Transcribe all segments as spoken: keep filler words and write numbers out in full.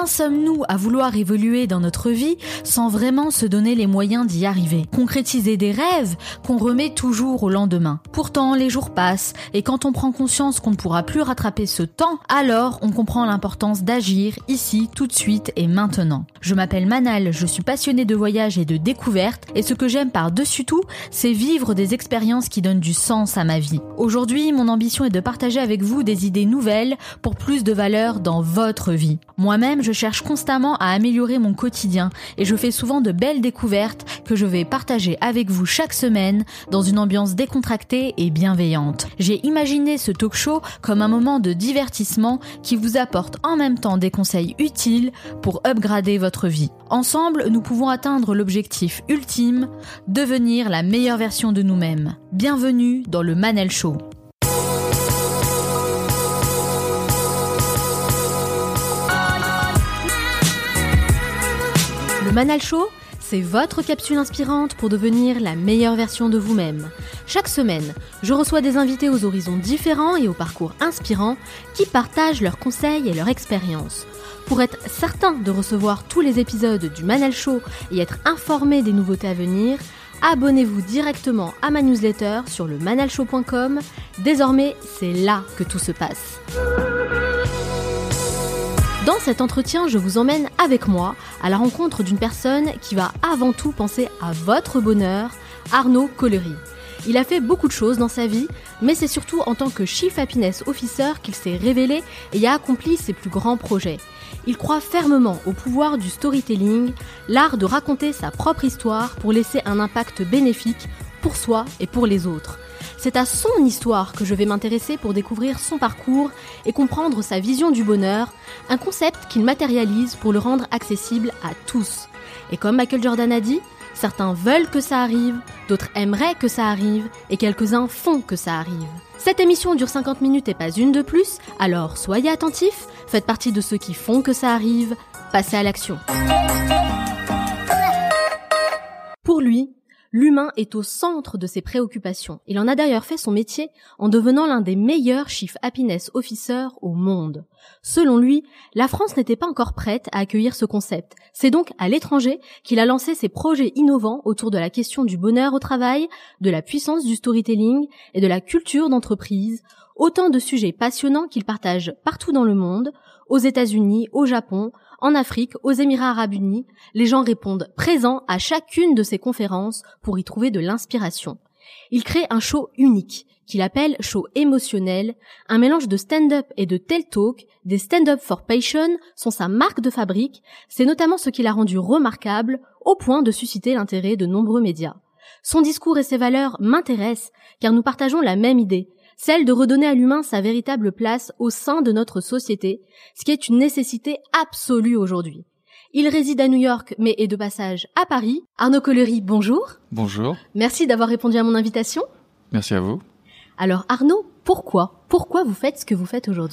Combien sommes-nous à vouloir évoluer dans notre vie sans vraiment se donner les moyens d'y arriver? Concrétiser des rêves qu'on remet toujours au lendemain. Pourtant, les jours passent et quand on prend conscience qu'on ne pourra plus rattraper ce temps, alors on comprend l'importance d'agir ici, tout de suite et maintenant. Je m'appelle Manal, je suis passionnée de voyage et de découverte et ce que j'aime par-dessus tout, c'est vivre des expériences qui donnent du sens à ma vie. Aujourd'hui, mon ambition est de partager avec vous des idées nouvelles pour plus de valeur dans votre vie. Moi-même, je cherche constamment à améliorer mon quotidien et je fais souvent de belles découvertes que je vais partager avec vous chaque semaine dans une ambiance décontractée et bienveillante. J'ai imaginé ce talk show comme un moment de divertissement qui vous apporte en même temps des conseils utiles pour upgrader votre vie. Ensemble, nous pouvons atteindre l'objectif ultime, devenir la meilleure version de nous-mêmes. Bienvenue dans le Manal Show. Le Manal Show, c'est votre capsule inspirante pour devenir la meilleure version de vous-même. Chaque semaine, je reçois des invités aux horizons différents et aux parcours inspirants qui partagent leurs conseils et leurs expériences. Pour être certain de recevoir tous les épisodes du Manal Show et être informé des nouveautés à venir, abonnez-vous directement à ma newsletter sur le manal show point com. Désormais, c'est là que tout se passe. Dans cet entretien, je vous emmène avec moi à la rencontre d'une personne qui va avant tout penser à votre bonheur, Arnaud Collery. Il a fait beaucoup de choses dans sa vie, mais c'est surtout en tant que Chief Happiness Officer qu'il s'est révélé et a accompli ses plus grands projets. Il croit fermement au pouvoir du storytelling, l'art de raconter sa propre histoire pour laisser un impact bénéfique pour soi et pour les autres. C'est à son histoire que je vais m'intéresser pour découvrir son parcours et comprendre sa vision du bonheur, un concept qu'il matérialise pour le rendre accessible à tous. Et comme Michael Jordan a dit, certains veulent que ça arrive, d'autres aimeraient que ça arrive, et quelques-uns font que ça arrive. Cette émission dure cinquante minutes et pas une de plus, alors soyez attentifs, faites partie de ceux qui font que ça arrive, passez à l'action. Pour lui, l'humain est au centre de ses préoccupations. Il en a d'ailleurs fait son métier en devenant l'un des meilleurs Chief Happiness Officers au monde. Selon lui, la France n'était pas encore prête à accueillir ce concept. C'est donc à l'étranger qu'il a lancé ses projets innovants autour de la question du bonheur au travail, de la puissance du storytelling et de la culture d'entreprise, autant de sujets passionnants qu'il partage partout dans le monde, aux États-Unis, au Japon, en Afrique, aux Émirats Arabes Unis. Les gens répondent présents à chacune de ses conférences pour y trouver de l'inspiration. Il crée un show unique qu'il appelle show émotionnel, un mélange de stand-up et de tel talk. Des stand-up for passion sont sa marque de fabrique. C'est notamment ce qui l'a rendu remarquable au point de susciter l'intérêt de nombreux médias. Son discours et ses valeurs m'intéressent car nous partageons la même idée, celle de redonner à l'humain sa véritable place au sein de notre société, ce qui est une nécessité absolue aujourd'hui. Il réside à New York, mais est de passage à Paris. Arnaud Collery, bonjour. Bonjour. Merci d'avoir répondu à mon invitation. Merci à vous. Alors Arnaud, pourquoi Pourquoi vous faites ce que vous faites aujourd'hui ?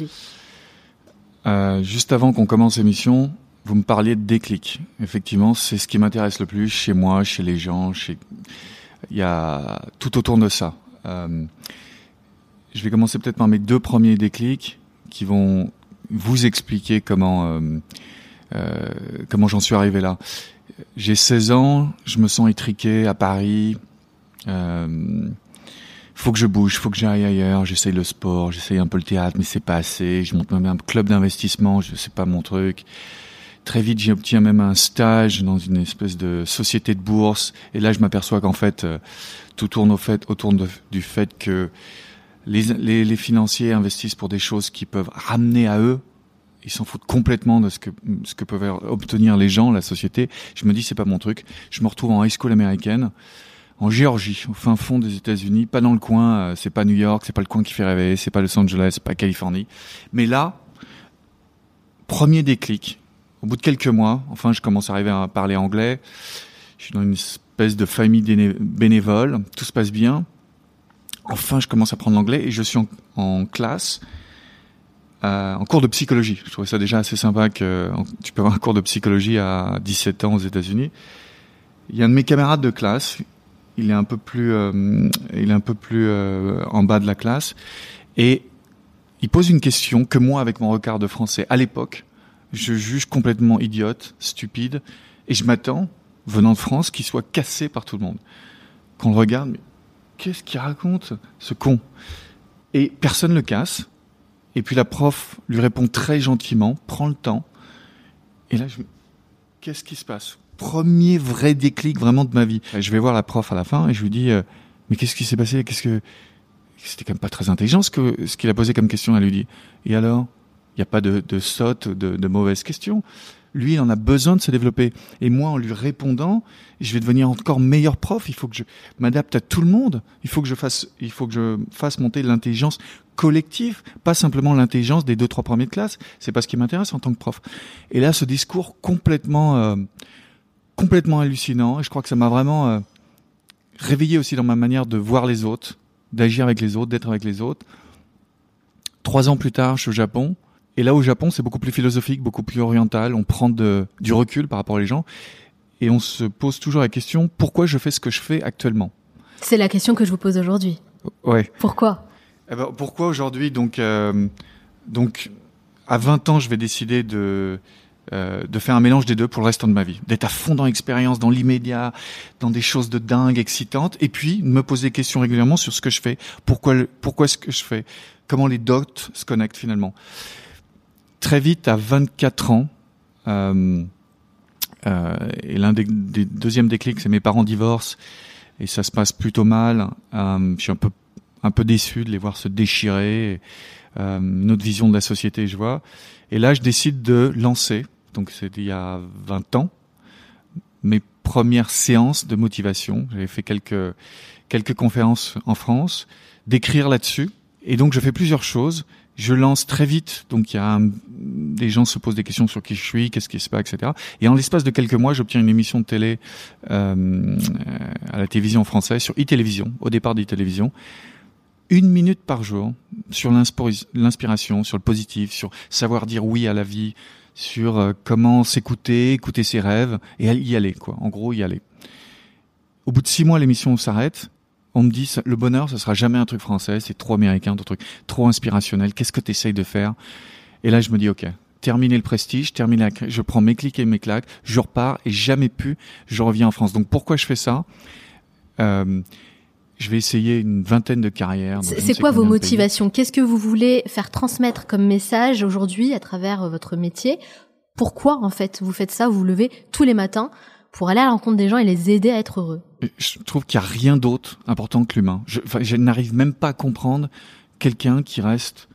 euh, Juste avant qu'on commence l'émission, vous me parliez de déclic. Effectivement, c'est ce qui m'intéresse le plus chez moi, chez les gens. Chez... Il y a tout autour de ça. Euh, je vais commencer peut-être par mes deux premiers déclics qui vont vous expliquer comment euh, euh, comment j'en suis arrivé là. J'ai seize ans, je me sens étriqué à Paris. Euh, faut que je bouge, faut que j'aille ailleurs. J'essaye le sport, j'essaye un peu le théâtre, mais c'est pas assez. Je monte même un club d'investissement, je sais pas mon truc. Très vite, j'obtiens même un stage dans une espèce de société de bourse. Et là, je m'aperçois qu'en fait, euh, tout tourne au fait, autour de, du fait que les, les, les financiers investissent pour des choses qui peuvent ramener à eux. Ils s'en foutent complètement de ce que, ce que peuvent obtenir les gens, la société. Je me dis, c'est pas mon truc. Je me retrouve en high school américaine, en Géorgie, au fin fond des États-Unis, pas dans le coin. Euh, c'est pas New York, c'est pas le coin qui fait rêver, c'est pas Los Angeles, c'est pas Californie. Mais là, premier déclic. Au bout de quelques mois, enfin, je commence à arriver à parler anglais. Je suis dans une espèce de famille bénévole. Tout se passe bien. Enfin, je commence à apprendre l'anglais et je suis en, en classe, euh, en cours de psychologie. Je trouvais ça déjà assez sympa que tu peux avoir un cours de psychologie à dix-sept ans aux États-Unis. Il y a un de mes camarades de classe. Il est un peu plus, euh, il est un peu plus euh, en bas de la classe et il pose une question que moi, avec mon regard de français à l'époque, je juge complètement idiote, stupide, et je m'attends, venant de France, qu'il soit cassé par tout le monde. Qu'on le regarde, mais qu'est-ce qu'il raconte, ce con ? Et personne le casse. Et puis la prof lui répond très gentiment, prend le temps. Et là, je me... qu'est-ce qui se passe ? Premier vrai déclic vraiment de ma vie. Et je vais voir la prof à la fin et je lui dis euh, mais qu'est-ce qui s'est passé ? Qu'est-ce que c'était quand même pas très intelligent ce que ce qu'il a posé comme question. Elle lui dit et alors ? Il n'y a pas de, de sotte, de, de mauvaises questions. Lui, il en a besoin de se développer. Et moi, en lui répondant, je vais devenir encore meilleur prof. Il faut que je m'adapte à tout le monde. Il faut que je fasse, il faut que je fasse monter l'intelligence collective, pas simplement l'intelligence des deux, trois premiers de classe. C'est pas ce qui m'intéresse en tant que prof. Et là, ce discours complètement, euh, complètement hallucinant. Et je crois que ça m'a vraiment euh, réveillé aussi dans ma manière de voir les autres, d'agir avec les autres, d'être avec les autres. Trois ans plus tard, je suis au Japon. Et là, au Japon, c'est beaucoup plus philosophique, beaucoup plus oriental. On prend de, du recul par rapport aux gens. Et on se pose toujours la question, pourquoi je fais ce que je fais actuellement ? C'est la question que je vous pose aujourd'hui. Ouais. Pourquoi ? Eh ben, pourquoi aujourd'hui ? Donc, euh, donc, à vingt ans, je vais décider de, euh, de faire un mélange des deux pour le restant de ma vie. D'être à fond dans l'expérience, dans l'immédiat, dans des choses de dingue, excitantes. Et puis, me poser des questions régulièrement sur ce que je fais. Pourquoi, pourquoi ce que je fais ? Comment les dots se connectent finalement ? Très vite, à vingt-quatre ans, euh, euh, et l'un des, des deuxièmes déclics, c'est mes parents divorcent et ça se passe plutôt mal. Euh, je suis un peu, un peu déçu de les voir se déchirer. Et, euh, une autre vision de la société, je vois. Et là, je décide de lancer, donc c'était il y a vingt ans, mes premières séances de motivation. J'avais fait quelques, quelques conférences en France, d'écrire là-dessus. Et donc, je fais plusieurs choses. Je lance très vite, donc il y a un, des gens se posent des questions sur qui je suis, qu'est-ce qui se passe, et cetera. Et en l'espace de quelques mois, j'obtiens une émission de télé euh, à la télévision française, sur e-télévision, au départ d'e-télévision, une minute par jour sur l'inspiration, sur le positif, sur savoir dire oui à la vie, sur euh, comment s'écouter, écouter ses rêves et y aller, quoi. En gros, y aller. Au bout de six mois, l'émission s'arrête. On me dit, le bonheur, ce sera jamais un truc français, c'est trop américain, ton truc, trop inspirationnel. Qu'est-ce que tu essayes de faire ? Et là, je me dis, ok, terminer le prestige, terminer la, je prends mes clics et mes claques, je repars et jamais plus, je reviens en France. Donc, pourquoi je fais ça ? euh, Je vais essayer une vingtaine de carrières. C'est, c'est quoi vos motivations ? Qu'est-ce que vous voulez faire transmettre comme message aujourd'hui à travers votre métier ? Pourquoi, en fait, vous faites ça ? Vous vous levez tous les matins pour aller à la rencontre des gens et les aider à être heureux. Je trouve qu'il n'y a rien d'autre important que l'humain. Je, enfin, je n'arrive même pas à comprendre quelqu'un qui reste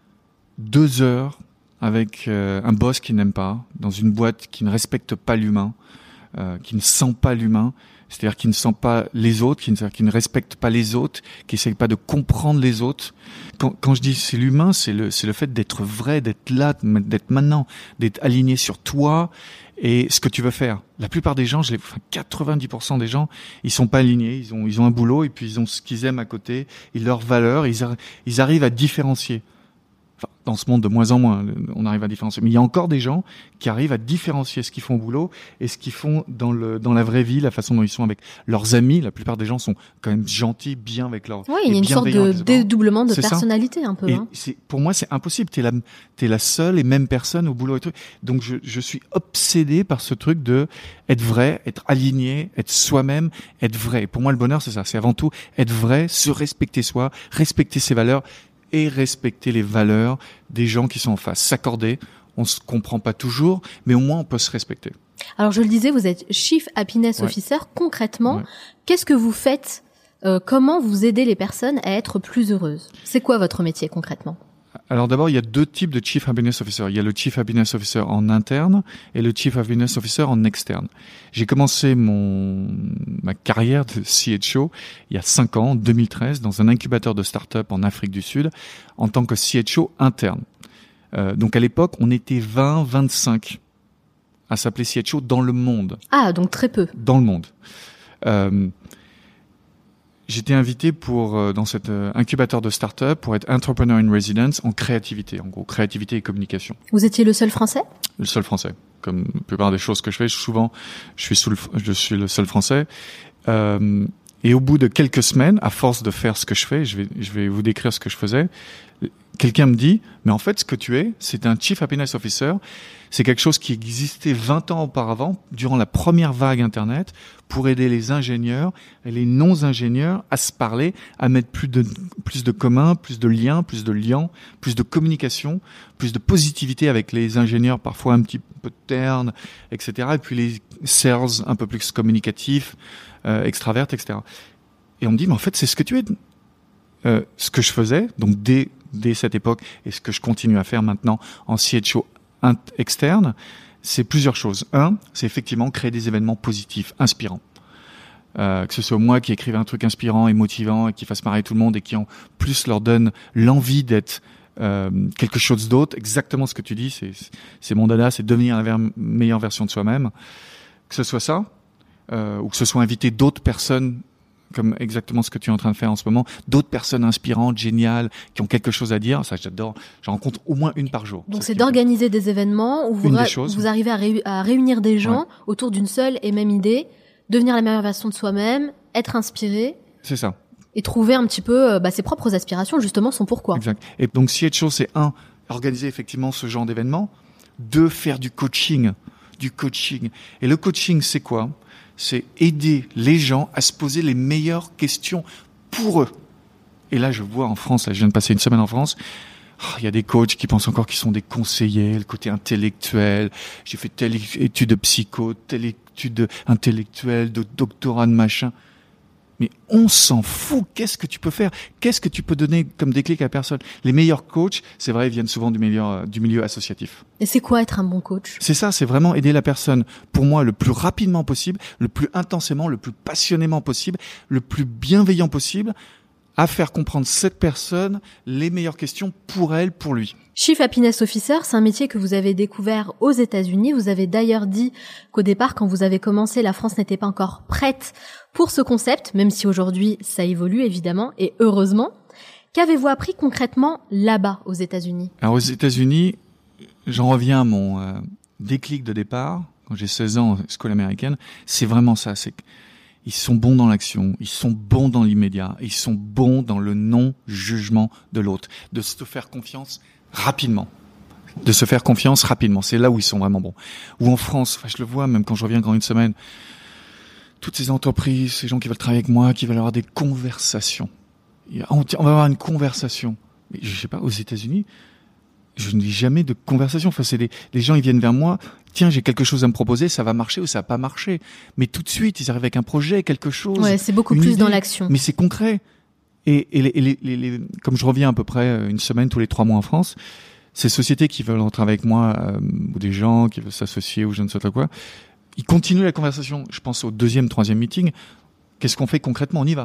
deux heures avec euh, un boss qu'il n'aime pas, dans une boîte qui ne respecte pas l'humain, euh, qui ne sent pas l'humain, c'est-à-dire qui ne sent pas les autres, qui ne, qui ne respecte pas les autres, qui n'essaye pas de comprendre les autres. Quand, quand je dis c'est l'humain, c'est le, c'est le fait d'être vrai, d'être là, d'être maintenant, d'être aligné sur toi et ce que tu veux faire. La plupart des gens, je les, enfin quatre-vingt-dix pour cent des gens, ils sont pas alignés, ils ont, ils ont un boulot et puis ils ont ce qu'ils aiment à côté, et leurs valeurs, ils, arri- ils arrivent à différencier. Enfin, dans ce monde de moins en moins, on arrive à différencier. Mais il y a encore des gens qui arrivent à différencier ce qu'ils font au boulot et ce qu'ils font dans le dans la vraie vie, la façon dont ils sont avec leurs amis. La plupart des gens sont quand même gentils, bien avec leurs. Oui, il y a une sorte de dédoublement de personnalité un peu. Et hein. c'est, pour moi, c'est impossible. T'es la t'es la seule et même personne au boulot et tout. Donc je je suis obsédé par ce truc de être vrai, être aligné, être soi-même, être vrai. Et pour moi, le bonheur, c'est ça. C'est avant tout être vrai, se respecter soi, respecter ses valeurs. Et respecter les valeurs des gens qui sont en face. S'accorder, on se comprend pas toujours, mais au moins on peut se respecter. Alors je le disais, vous êtes Chief Happiness ouais. Officer. Concrètement, ouais. qu'est-ce que vous faites euh, Comment vous aidez les personnes à être plus heureuses ? C'est quoi votre métier concrètement ? Alors d'abord, il y a deux types de Chief Happiness Officer. Il y a le Chief Happiness Officer en interne et le Chief Happiness Officer en externe. J'ai commencé mon ma carrière de C H O il y a cinq ans, en deux mille treize, dans un incubateur de start-up en Afrique du Sud, en tant que C H O interne. Euh, donc à l'époque, on était vingt, vingt-cinq à s'appeler C H O dans le monde. Ah, donc très peu. Dans le monde. Euh, J'étais invité pour euh, dans cet euh, incubateur de start-up pour être entrepreneur in residence en créativité, en gros créativité et communication. Vous étiez le seul Français ? Le seul Français, comme la plupart des choses que je fais. Souvent, je suis sous le, je suis le seul Français. Euh, et au bout de quelques semaines, à force de faire ce que je fais, je vais, je vais vous décrire ce que je faisais. quelqu'un me dit, mais en fait, ce que tu es, c'est un Chief Happiness Officer. C'est quelque chose qui existait vingt ans auparavant, durant la première vague Internet, pour aider les ingénieurs et les non-ingénieurs à se parler, à mettre plus de, plus de communs, plus de liens, plus de liens, plus de communication, plus de positivité avec les ingénieurs parfois un petit peu ternes, et cetera. Et puis les sales un peu plus communicatifs, euh, extravertes, et cetera. Et on me dit, mais en fait, c'est ce que tu es. Euh, ce que je faisais, donc dès, dès cette époque, et ce que je continue à faire maintenant en C H O externe, c'est plusieurs choses. Un, c'est effectivement créer des événements positifs, inspirants. Euh, que ce soit moi qui écrive un truc inspirant et motivant et qui fasse marrer tout le monde et qui en plus leur donne l'envie d'être euh, quelque chose d'autre. Exactement ce que tu dis, c'est, c'est mon dada, c'est devenir la ver- meilleure version de soi-même. Que ce soit ça, euh, ou que ce soit inviter d'autres personnes comme exactement ce que tu es en train de faire en ce moment, d'autres personnes inspirantes, géniales, qui ont quelque chose à dire, ça j'adore, j'en rencontre au moins une par jour. Donc c'est d'organiser des événements où vous, ra- vous arrivez à, ré- à réunir des gens ouais. autour d'une seule et même idée, devenir la meilleure version de soi-même, être inspiré. C'est ça. Et trouver un petit peu bah, ses propres aspirations, justement, son pourquoi. Exact. Et donc C H O, c'est un, organiser effectivement ce genre d'événement, deux, faire du coaching, du coaching. Et le coaching, c'est quoi ? C'est aider les gens à se poser les meilleures questions pour eux. Et là, je vois en France, là, je viens de passer une semaine en France, oh, il y a des coachs qui pensent encore qu'ils sont des conseillers, le côté intellectuel. J'ai fait telle étude de psycho, telle étude intellectuelle, de doctorat de machin. Mais on s'en fout. Qu'est-ce que tu peux faire ? Qu'est-ce que tu peux donner comme déclic à personne ? Les meilleurs coachs, c'est vrai, ils viennent souvent du milieu, du milieu associatif. Et c'est quoi être un bon coach ? C'est ça, c'est vraiment aider la personne, pour moi, le plus rapidement possible, le plus intensément, le plus passionnément possible, le plus bienveillant possible, à faire comprendre cette personne les meilleures questions pour elle, pour lui. Chief Happiness Officer, c'est un métier que vous avez découvert aux États-Unis. Vous avez d'ailleurs dit qu'au départ, quand vous avez commencé, la France n'était pas encore prête pour ce concept, même si aujourd'hui, ça évolue évidemment, et heureusement. Qu'avez-vous appris concrètement là-bas, aux États-Unis ? Alors aux États-Unis, j'en reviens à mon euh, déclic de départ, quand j'ai seize ans, école américaine, c'est vraiment ça, c'est ils sont bons dans l'action, ils sont bons dans l'immédiat, ils sont bons dans le non-jugement de l'autre, de se faire confiance rapidement, de se faire confiance rapidement. C'est là où ils sont vraiment bons. Ou en France, enfin, je le vois même quand je reviens quand une semaine, toutes ces entreprises, ces gens qui veulent travailler avec moi, qui veulent avoir des conversations. On va avoir une conversation. Mais je sais pas, aux États-Unis, je ne vis jamais de conversation. Enfin, c'est des, les gens, ils viennent vers moi. Tiens, j'ai quelque chose à me proposer, ça va marcher ou ça va pas marcher. Mais tout de suite, ils arrivent avec un projet, quelque chose. Ouais, c'est beaucoup plus idée, dans l'action. Mais c'est concret. Et, et, les, et les, les, les, comme je reviens à peu près une semaine tous les trois mois en France, ces sociétés qui veulent travailler avec moi, euh, ou des gens qui veulent s'associer ou je ne sais pas quoi, ils continuent la conversation. Je pense au deuxième, troisième meeting. Qu'est-ce qu'on fait concrètement ? On y va.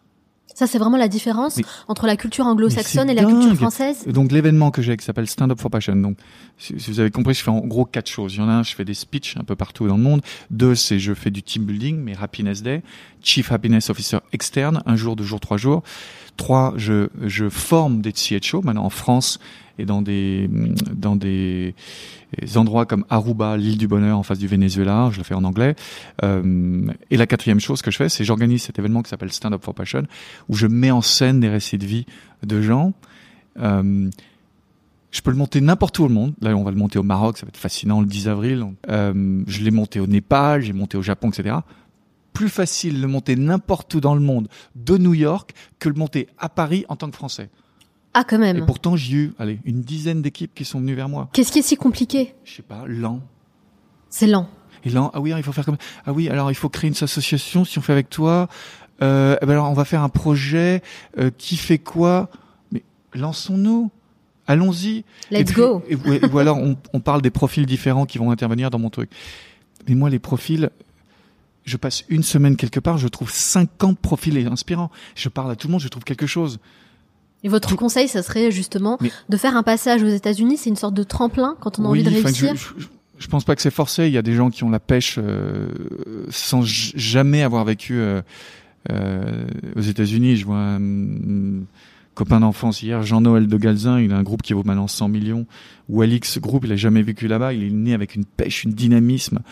Ça, c'est vraiment la différence mais, entre la culture anglo-saxonne et la dingue. culture française. Donc, l'événement que j'ai qui s'appelle Stand Up for Passion. Donc, si, si vous avez compris, je fais en gros quatre choses. Il y en a un, je fais des speeches un peu partout dans le monde. Deux, c'est je fais du team building, mais Happiness Day. Chief Happiness Officer externe, un jour, deux jours, trois jours. Trois, je, je forme des C H O, maintenant en France et dans des, dans des, des endroits comme Aruba, l'île du bonheur en face du Venezuela. Je le fais en anglais. Euh, et la quatrième chose que je fais, c'est j'organise cet événement qui s'appelle Stand Up for Passion, où je mets en scène des récits de vie de gens. Euh, je peux le monter n'importe où au monde. Là, on va le monter au Maroc, ça va être fascinant le dix avril. Euh, je l'ai monté au Népal, j'ai monté au Japon, et cetera. Plus facile de le monter n'importe où dans le monde de New York que le monter à Paris en tant que Français. Ah, quand même. Et pourtant, j'ai eu, allez, une dizaine d'équipes qui sont venues vers moi. Qu'est-ce qui est si compliqué ? Je sais pas, lent. C'est lent. Et lent, ah oui, il faut faire comme, ah oui, alors il faut créer une association si on fait avec toi. Euh, eh ben alors on va faire un projet euh, qui fait quoi ? Mais lançons-nous. Allons-y. Let's et puis, go. Et, et, ou alors on, on parle des profils différents qui vont intervenir dans mon truc. Mais moi, les profils, je passe une semaine quelque part, je trouve cinquante profils inspirants. Je parle à tout le monde, je trouve quelque chose. Et votre tout... conseil, ça serait justement mais... de faire un passage aux États-Unis. C'est une sorte de tremplin quand on a oui, envie de réussir. Je, je, je pense pas que c'est forcé. Il y a des gens qui ont la pêche euh, sans j- jamais avoir vécu euh, euh, aux États-Unis. Je vois un copain d'enfance hier, Jean-Noël de Galzin, il a un groupe qui vaut maintenant cent millions. Ou Alix Group, il a jamais vécu là-bas. Il est né avec une pêche, une dynamisme.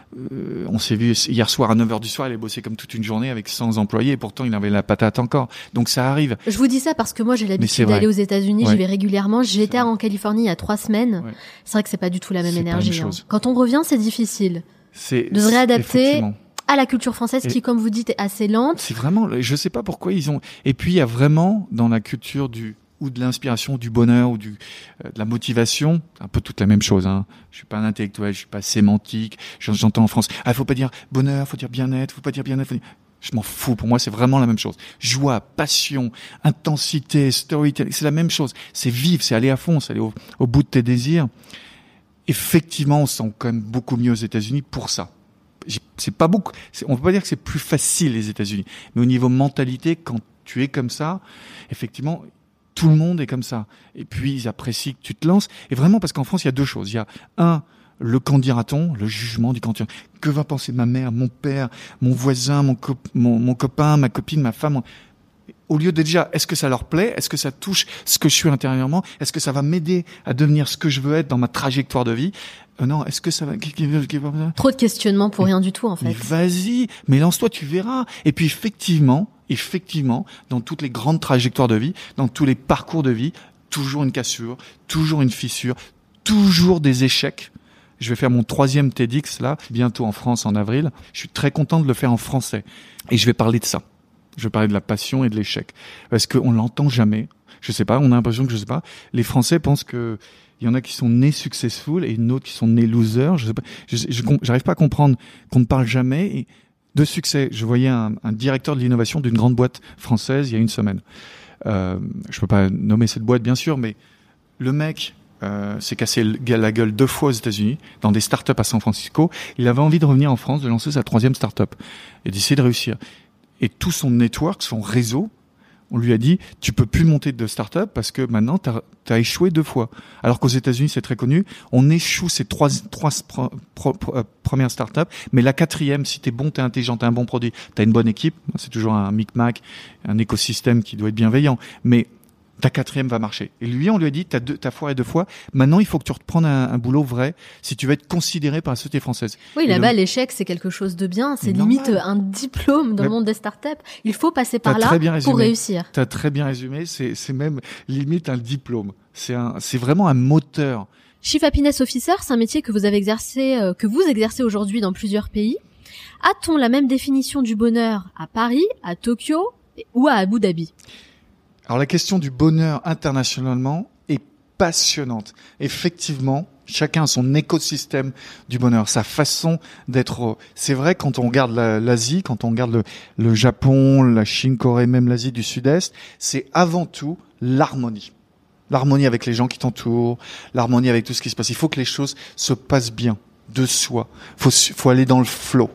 euh, on s'est vu hier soir à neuf heures du soir, il a bossé comme toute une journée avec cent employés et pourtant il avait la patate encore. Donc ça arrive. Je vous dis ça parce que moi j'ai l'habitude d'aller aux États-Unis, ouais. J'y vais régulièrement. J'étais en Californie il y a trois semaines. Ouais. C'est vrai que c'est pas du tout la même c'est énergie. Hein. Quand on revient, c'est difficile c'est, de se réadapter à la culture française et qui, comme vous dites, est assez lente. C'est vraiment, je sais pas pourquoi ils ont. Et puis il y a vraiment dans la culture du ou de l'inspiration, du bonheur ou du euh, de la motivation, un peu toute la même chose. Hein. Je suis pas un intellectuel, je suis pas sémantique. J'entends en France, ah faut pas dire bonheur, faut dire bien-être, faut pas dire bien-être. Faut dire... Je m'en fous. Pour moi, c'est vraiment la même chose. Joie, passion, intensité, storytelling, c'est la même chose. C'est vivre, c'est aller à fond, c'est aller au, au bout de tes désirs. Effectivement, on se sent quand même beaucoup mieux aux États-Unis pour ça. C'est pas beaucoup. C'est, on peut pas dire que c'est plus facile les États-Unis, mais au niveau mentalité, quand tu es comme ça, effectivement. Tout le monde est comme ça. Et puis, ils apprécient que tu te lances. Et vraiment, parce qu'en France, il y a deux choses. Il y a un, le qu'en dira-t-on, le jugement du qu'en dira-t-on. Que va penser ma mère, mon père, mon voisin, mon, co- mon, mon copain, ma copine, ma femme. Au lieu de déjà, est-ce que ça leur plaît? Est-ce que ça touche ce que je suis intérieurement? Est-ce que ça va m'aider à devenir ce que je veux être dans ma trajectoire de vie? Euh, non, est-ce que ça va... Trop de questionnements pour rien du tout, en fait. Mais vas-y, mais lance-toi, tu verras. Et puis, effectivement... Effectivement, dans toutes les grandes trajectoires de vie, dans tous les parcours de vie, toujours une cassure, toujours une fissure, toujours des échecs. Je vais faire mon troisième TEDx là, bientôt en France en avril. Je suis très content de le faire en français. Et je vais parler de ça. Je vais parler de la passion et de l'échec. Parce qu'on l'entend jamais. Je sais pas, on a l'impression que je sais pas. Les Français pensent que il y en a qui sont nés successful et d'autres qui sont nés losers. Je sais pas, je, je, j'arrive pas à comprendre qu'on ne parle jamais et de succès. Je voyais un, un directeur de l'innovation d'une grande boîte française il y a une semaine. Euh, je peux pas nommer cette boîte, bien sûr, mais le mec euh, s'est cassé la gueule deux fois aux États-Unis, dans des startups à San Francisco. Il avait envie de revenir en France, de lancer sa troisième startup et d'essayer de réussir. Et tout son network, son réseau, on lui a dit, tu peux plus monter de start-up parce que maintenant, t'as, t'as échoué deux fois. Alors qu'aux États-Unis, c'est très connu. On échoue ces trois, trois pro, pro, pro, euh, premières start-up. Mais la quatrième, si t'es bon, t'es intelligent, t'as un bon produit, t'as une bonne équipe. C'est toujours un micmac, un écosystème qui doit être bienveillant. Mais ta quatrième va marcher. Et lui, on lui a dit, t'as deux, t'as foiré deux fois. Maintenant, il faut que tu reprennes un, un boulot vrai si tu veux être considéré par la société française. Oui, et là-bas, le... l'échec, c'est quelque chose de bien. C'est limite normal. Un diplôme dans Mais... le monde des startups. Il faut passer par là pour réussir. T'as très bien résumé. C'est, c'est même limite un diplôme. C'est un, c'est vraiment un moteur. Chief Happiness Officer, c'est un métier que vous avez exercé, euh, que vous exercez aujourd'hui dans plusieurs pays. A-t-on la même définition du bonheur à Paris, à Tokyo ou à Abu Dhabi? Alors la question du bonheur internationalement est passionnante. Effectivement, chacun a son écosystème du bonheur, sa façon d'être. C'est vrai quand on regarde la, l'Asie, quand on regarde le, le Japon, la Chine, Corée, même l'Asie du Sud-Est, c'est avant tout l'harmonie. L'harmonie avec les gens qui t'entourent, l'harmonie avec tout ce qui se passe. Il faut que les choses se passent bien, de soi. Faut, faut aller dans le flow.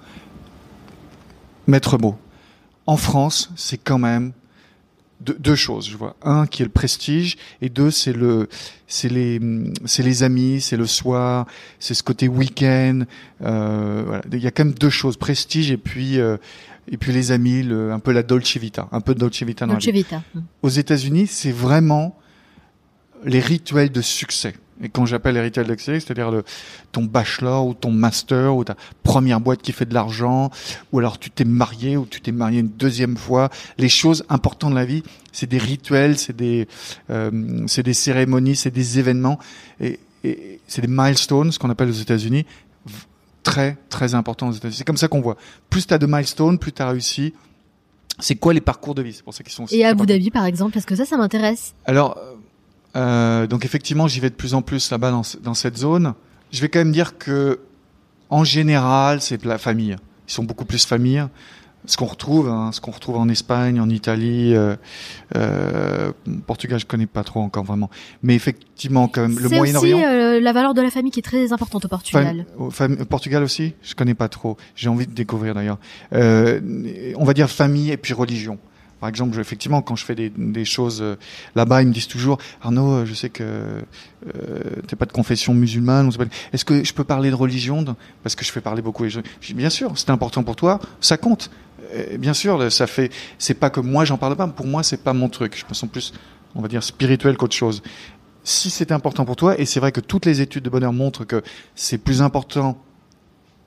Maître mot. En France, c'est quand même Deux, deux choses, je vois. Un, qui est le prestige, et deux, c'est le, c'est les, c'est les amis, c'est le soir, c'est ce côté week-end. Euh, voilà. Il y a quand même deux choses, prestige et puis, euh, et puis les amis, le, un peu la Dolce Vita, un peu de Dolce Vita dans Dolce la vie. Vita. Aux États-Unis, c'est vraiment les rituels de succès. Et quand j'appelle les rituels de succès, c'est-à-dire le, ton bachelor ou ton master ou ta première boîte qui fait de l'argent, ou alors tu t'es marié ou tu t'es marié une deuxième fois. Les choses importantes de la vie, c'est des rituels, c'est des, euh, c'est des cérémonies, c'est des événements, et, et c'est des milestones, ce qu'on appelle aux États-Unis, très très importants aux États-Unis. C'est comme ça qu'on voit. Plus t'as de milestones, plus t'as réussi. C'est quoi les parcours de vie? C'est pour ça qu'ils sont. Et à Abu Dhabi, par exemple, parce que ça, ça m'intéresse. Alors. Euh, donc effectivement, j'y vais de plus en plus là-bas dans, dans cette zone. Je vais quand même dire que, en général, c'est la famille. Ils sont beaucoup plus famille. Ce qu'on retrouve, hein, ce qu'on retrouve en Espagne, en Italie, euh, euh, Portugal, je connais pas trop encore vraiment. Mais effectivement, quand même, le c'est Moyen-Orient. C'est aussi euh, la valeur de la famille qui est très importante au Portugal. Fam- fam- Portugal aussi, je connais pas trop. J'ai envie de découvrir d'ailleurs. Euh, on va dire famille et puis religion. Par exemple, je, effectivement, quand je fais des, des choses euh, là-bas, ils me disent toujours, Arnaud, je sais que euh, t'es pas de confession musulmane. On Est-ce que je peux parler de religion? Parce que je fais parler beaucoup les gens. Je dis, bien sûr, c'est important pour toi, ça compte. Et bien sûr, ça fait. C'est pas que moi j'en parle pas. Pour moi, c'est pas mon truc. Je me sens plus, on va dire, spirituel qu'autre chose. Si c'est important pour toi, et c'est vrai que toutes les études de bonheur montrent que c'est plus important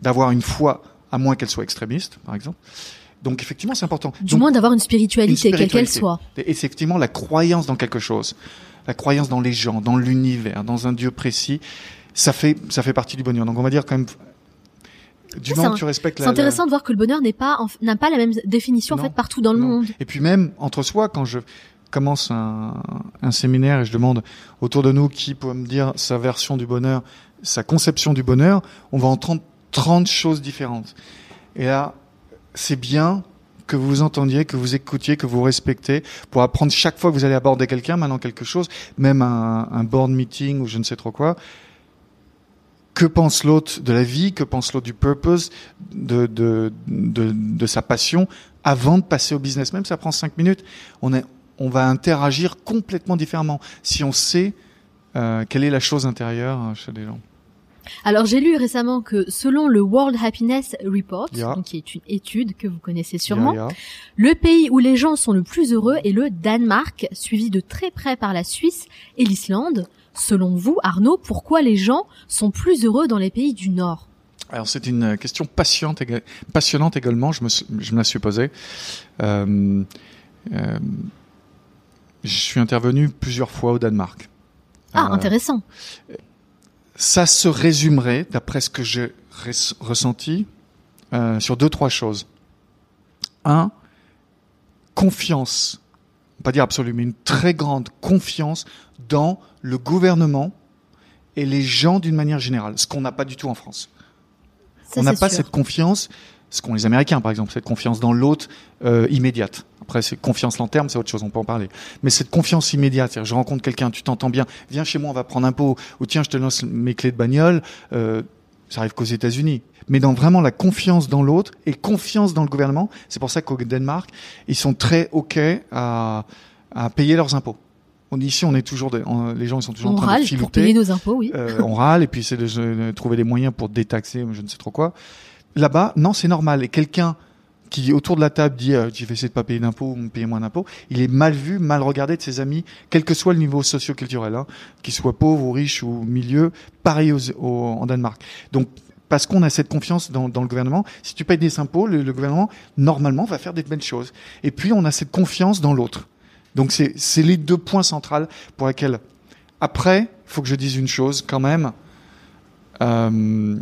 d'avoir une foi, à moins qu'elle soit extrémiste, par exemple. Donc effectivement, c'est important. Du Donc, moins d'avoir une spiritualité, une spiritualité, quelle qu'elle soit. Et effectivement, la croyance dans quelque chose, la croyance dans les gens, dans l'univers, dans un Dieu précis, ça fait ça fait partie du bonheur. Donc on va dire quand même, du moment que tu respectes la... C'est intéressant la... de voir que le bonheur n'est pas en, n'a pas la même définition non, en fait partout dans le non. monde. Et puis même entre soi, quand je commence un, un séminaire et je demande autour de nous qui peut me dire sa version du bonheur, sa conception du bonheur, on va entendre trente choses différentes. Et là, c'est bien que vous vous entendiez, que vous écoutiez, que vous respectez, pour apprendre chaque fois que vous allez aborder quelqu'un, maintenant quelque chose, même un, un board meeting ou je ne sais trop quoi, que pense l'autre de la vie, que pense l'autre du purpose, de, de, de, de sa passion, avant de passer au business. Même ça prend cinq minutes, on, est, on va interagir complètement différemment si on sait euh, quelle est la chose intérieure chez les gens. Alors j'ai lu récemment que selon le World Happiness Report, yeah. donc qui est une étude que vous connaissez sûrement, yeah, yeah. le pays où les gens sont le plus heureux est le Danemark, suivi de très près par la Suisse et l'Islande. Selon vous, Arnaud, pourquoi les gens sont plus heureux dans les pays du Nord ? Alors c'est une question passionnante, passionnante également, je me, je me la suis posée. Euh, euh, je suis intervenu plusieurs fois au Danemark. Ah, euh, intéressant. Ça se résumerait, d'après ce que j'ai res- ressenti, euh, sur deux, trois choses. Un, confiance, on va pas dire absolue, mais une très grande confiance dans le gouvernement et les gens d'une manière générale, ce qu'on n'a pas du tout en France. Ça, on n'a pas sûr. cette confiance, ce qu'ont les Américains par exemple, cette confiance dans l'autre euh, immédiate. Après, c'est confiance long terme, c'est autre chose, on peut en parler. Mais cette confiance immédiate, c'est-à-dire je rencontre quelqu'un, tu t'entends bien, viens chez moi, on va prendre un pot, ou tiens, je te lance mes clés de bagnole, euh, ça arrive qu'aux États-Unis. Mais dans vraiment la confiance dans l'autre et confiance dans le gouvernement, c'est pour ça qu'au Danemark, ils sont très OK à, à payer leurs impôts. On, ici, on est toujours, de, on, les gens ils sont toujours on en train râle de filouter. pour payer nos impôts, oui. Euh, on râle et puis c'est de, de trouver des moyens pour détaxer, je ne sais trop quoi. Là-bas, non, c'est normal. Et quelqu'un qui autour de la table dit euh, j'ai fait essayer de pas payer d'impôts ou me payer moins d'impôts, il est mal vu, mal regardé de ses amis, quel que soit le niveau socio-culturel, hein, qu'il soit pauvre ou riche ou milieu, pareil aux, aux, en Danemark. Donc parce qu'on a cette confiance dans, dans le gouvernement, si tu payes des impôts, le, le gouvernement normalement va faire des belles choses. Et puis on a cette confiance dans l'autre. Donc c'est, c'est les deux points centraux pour lesquels. Après, il faut que je dise une chose quand même. Euh,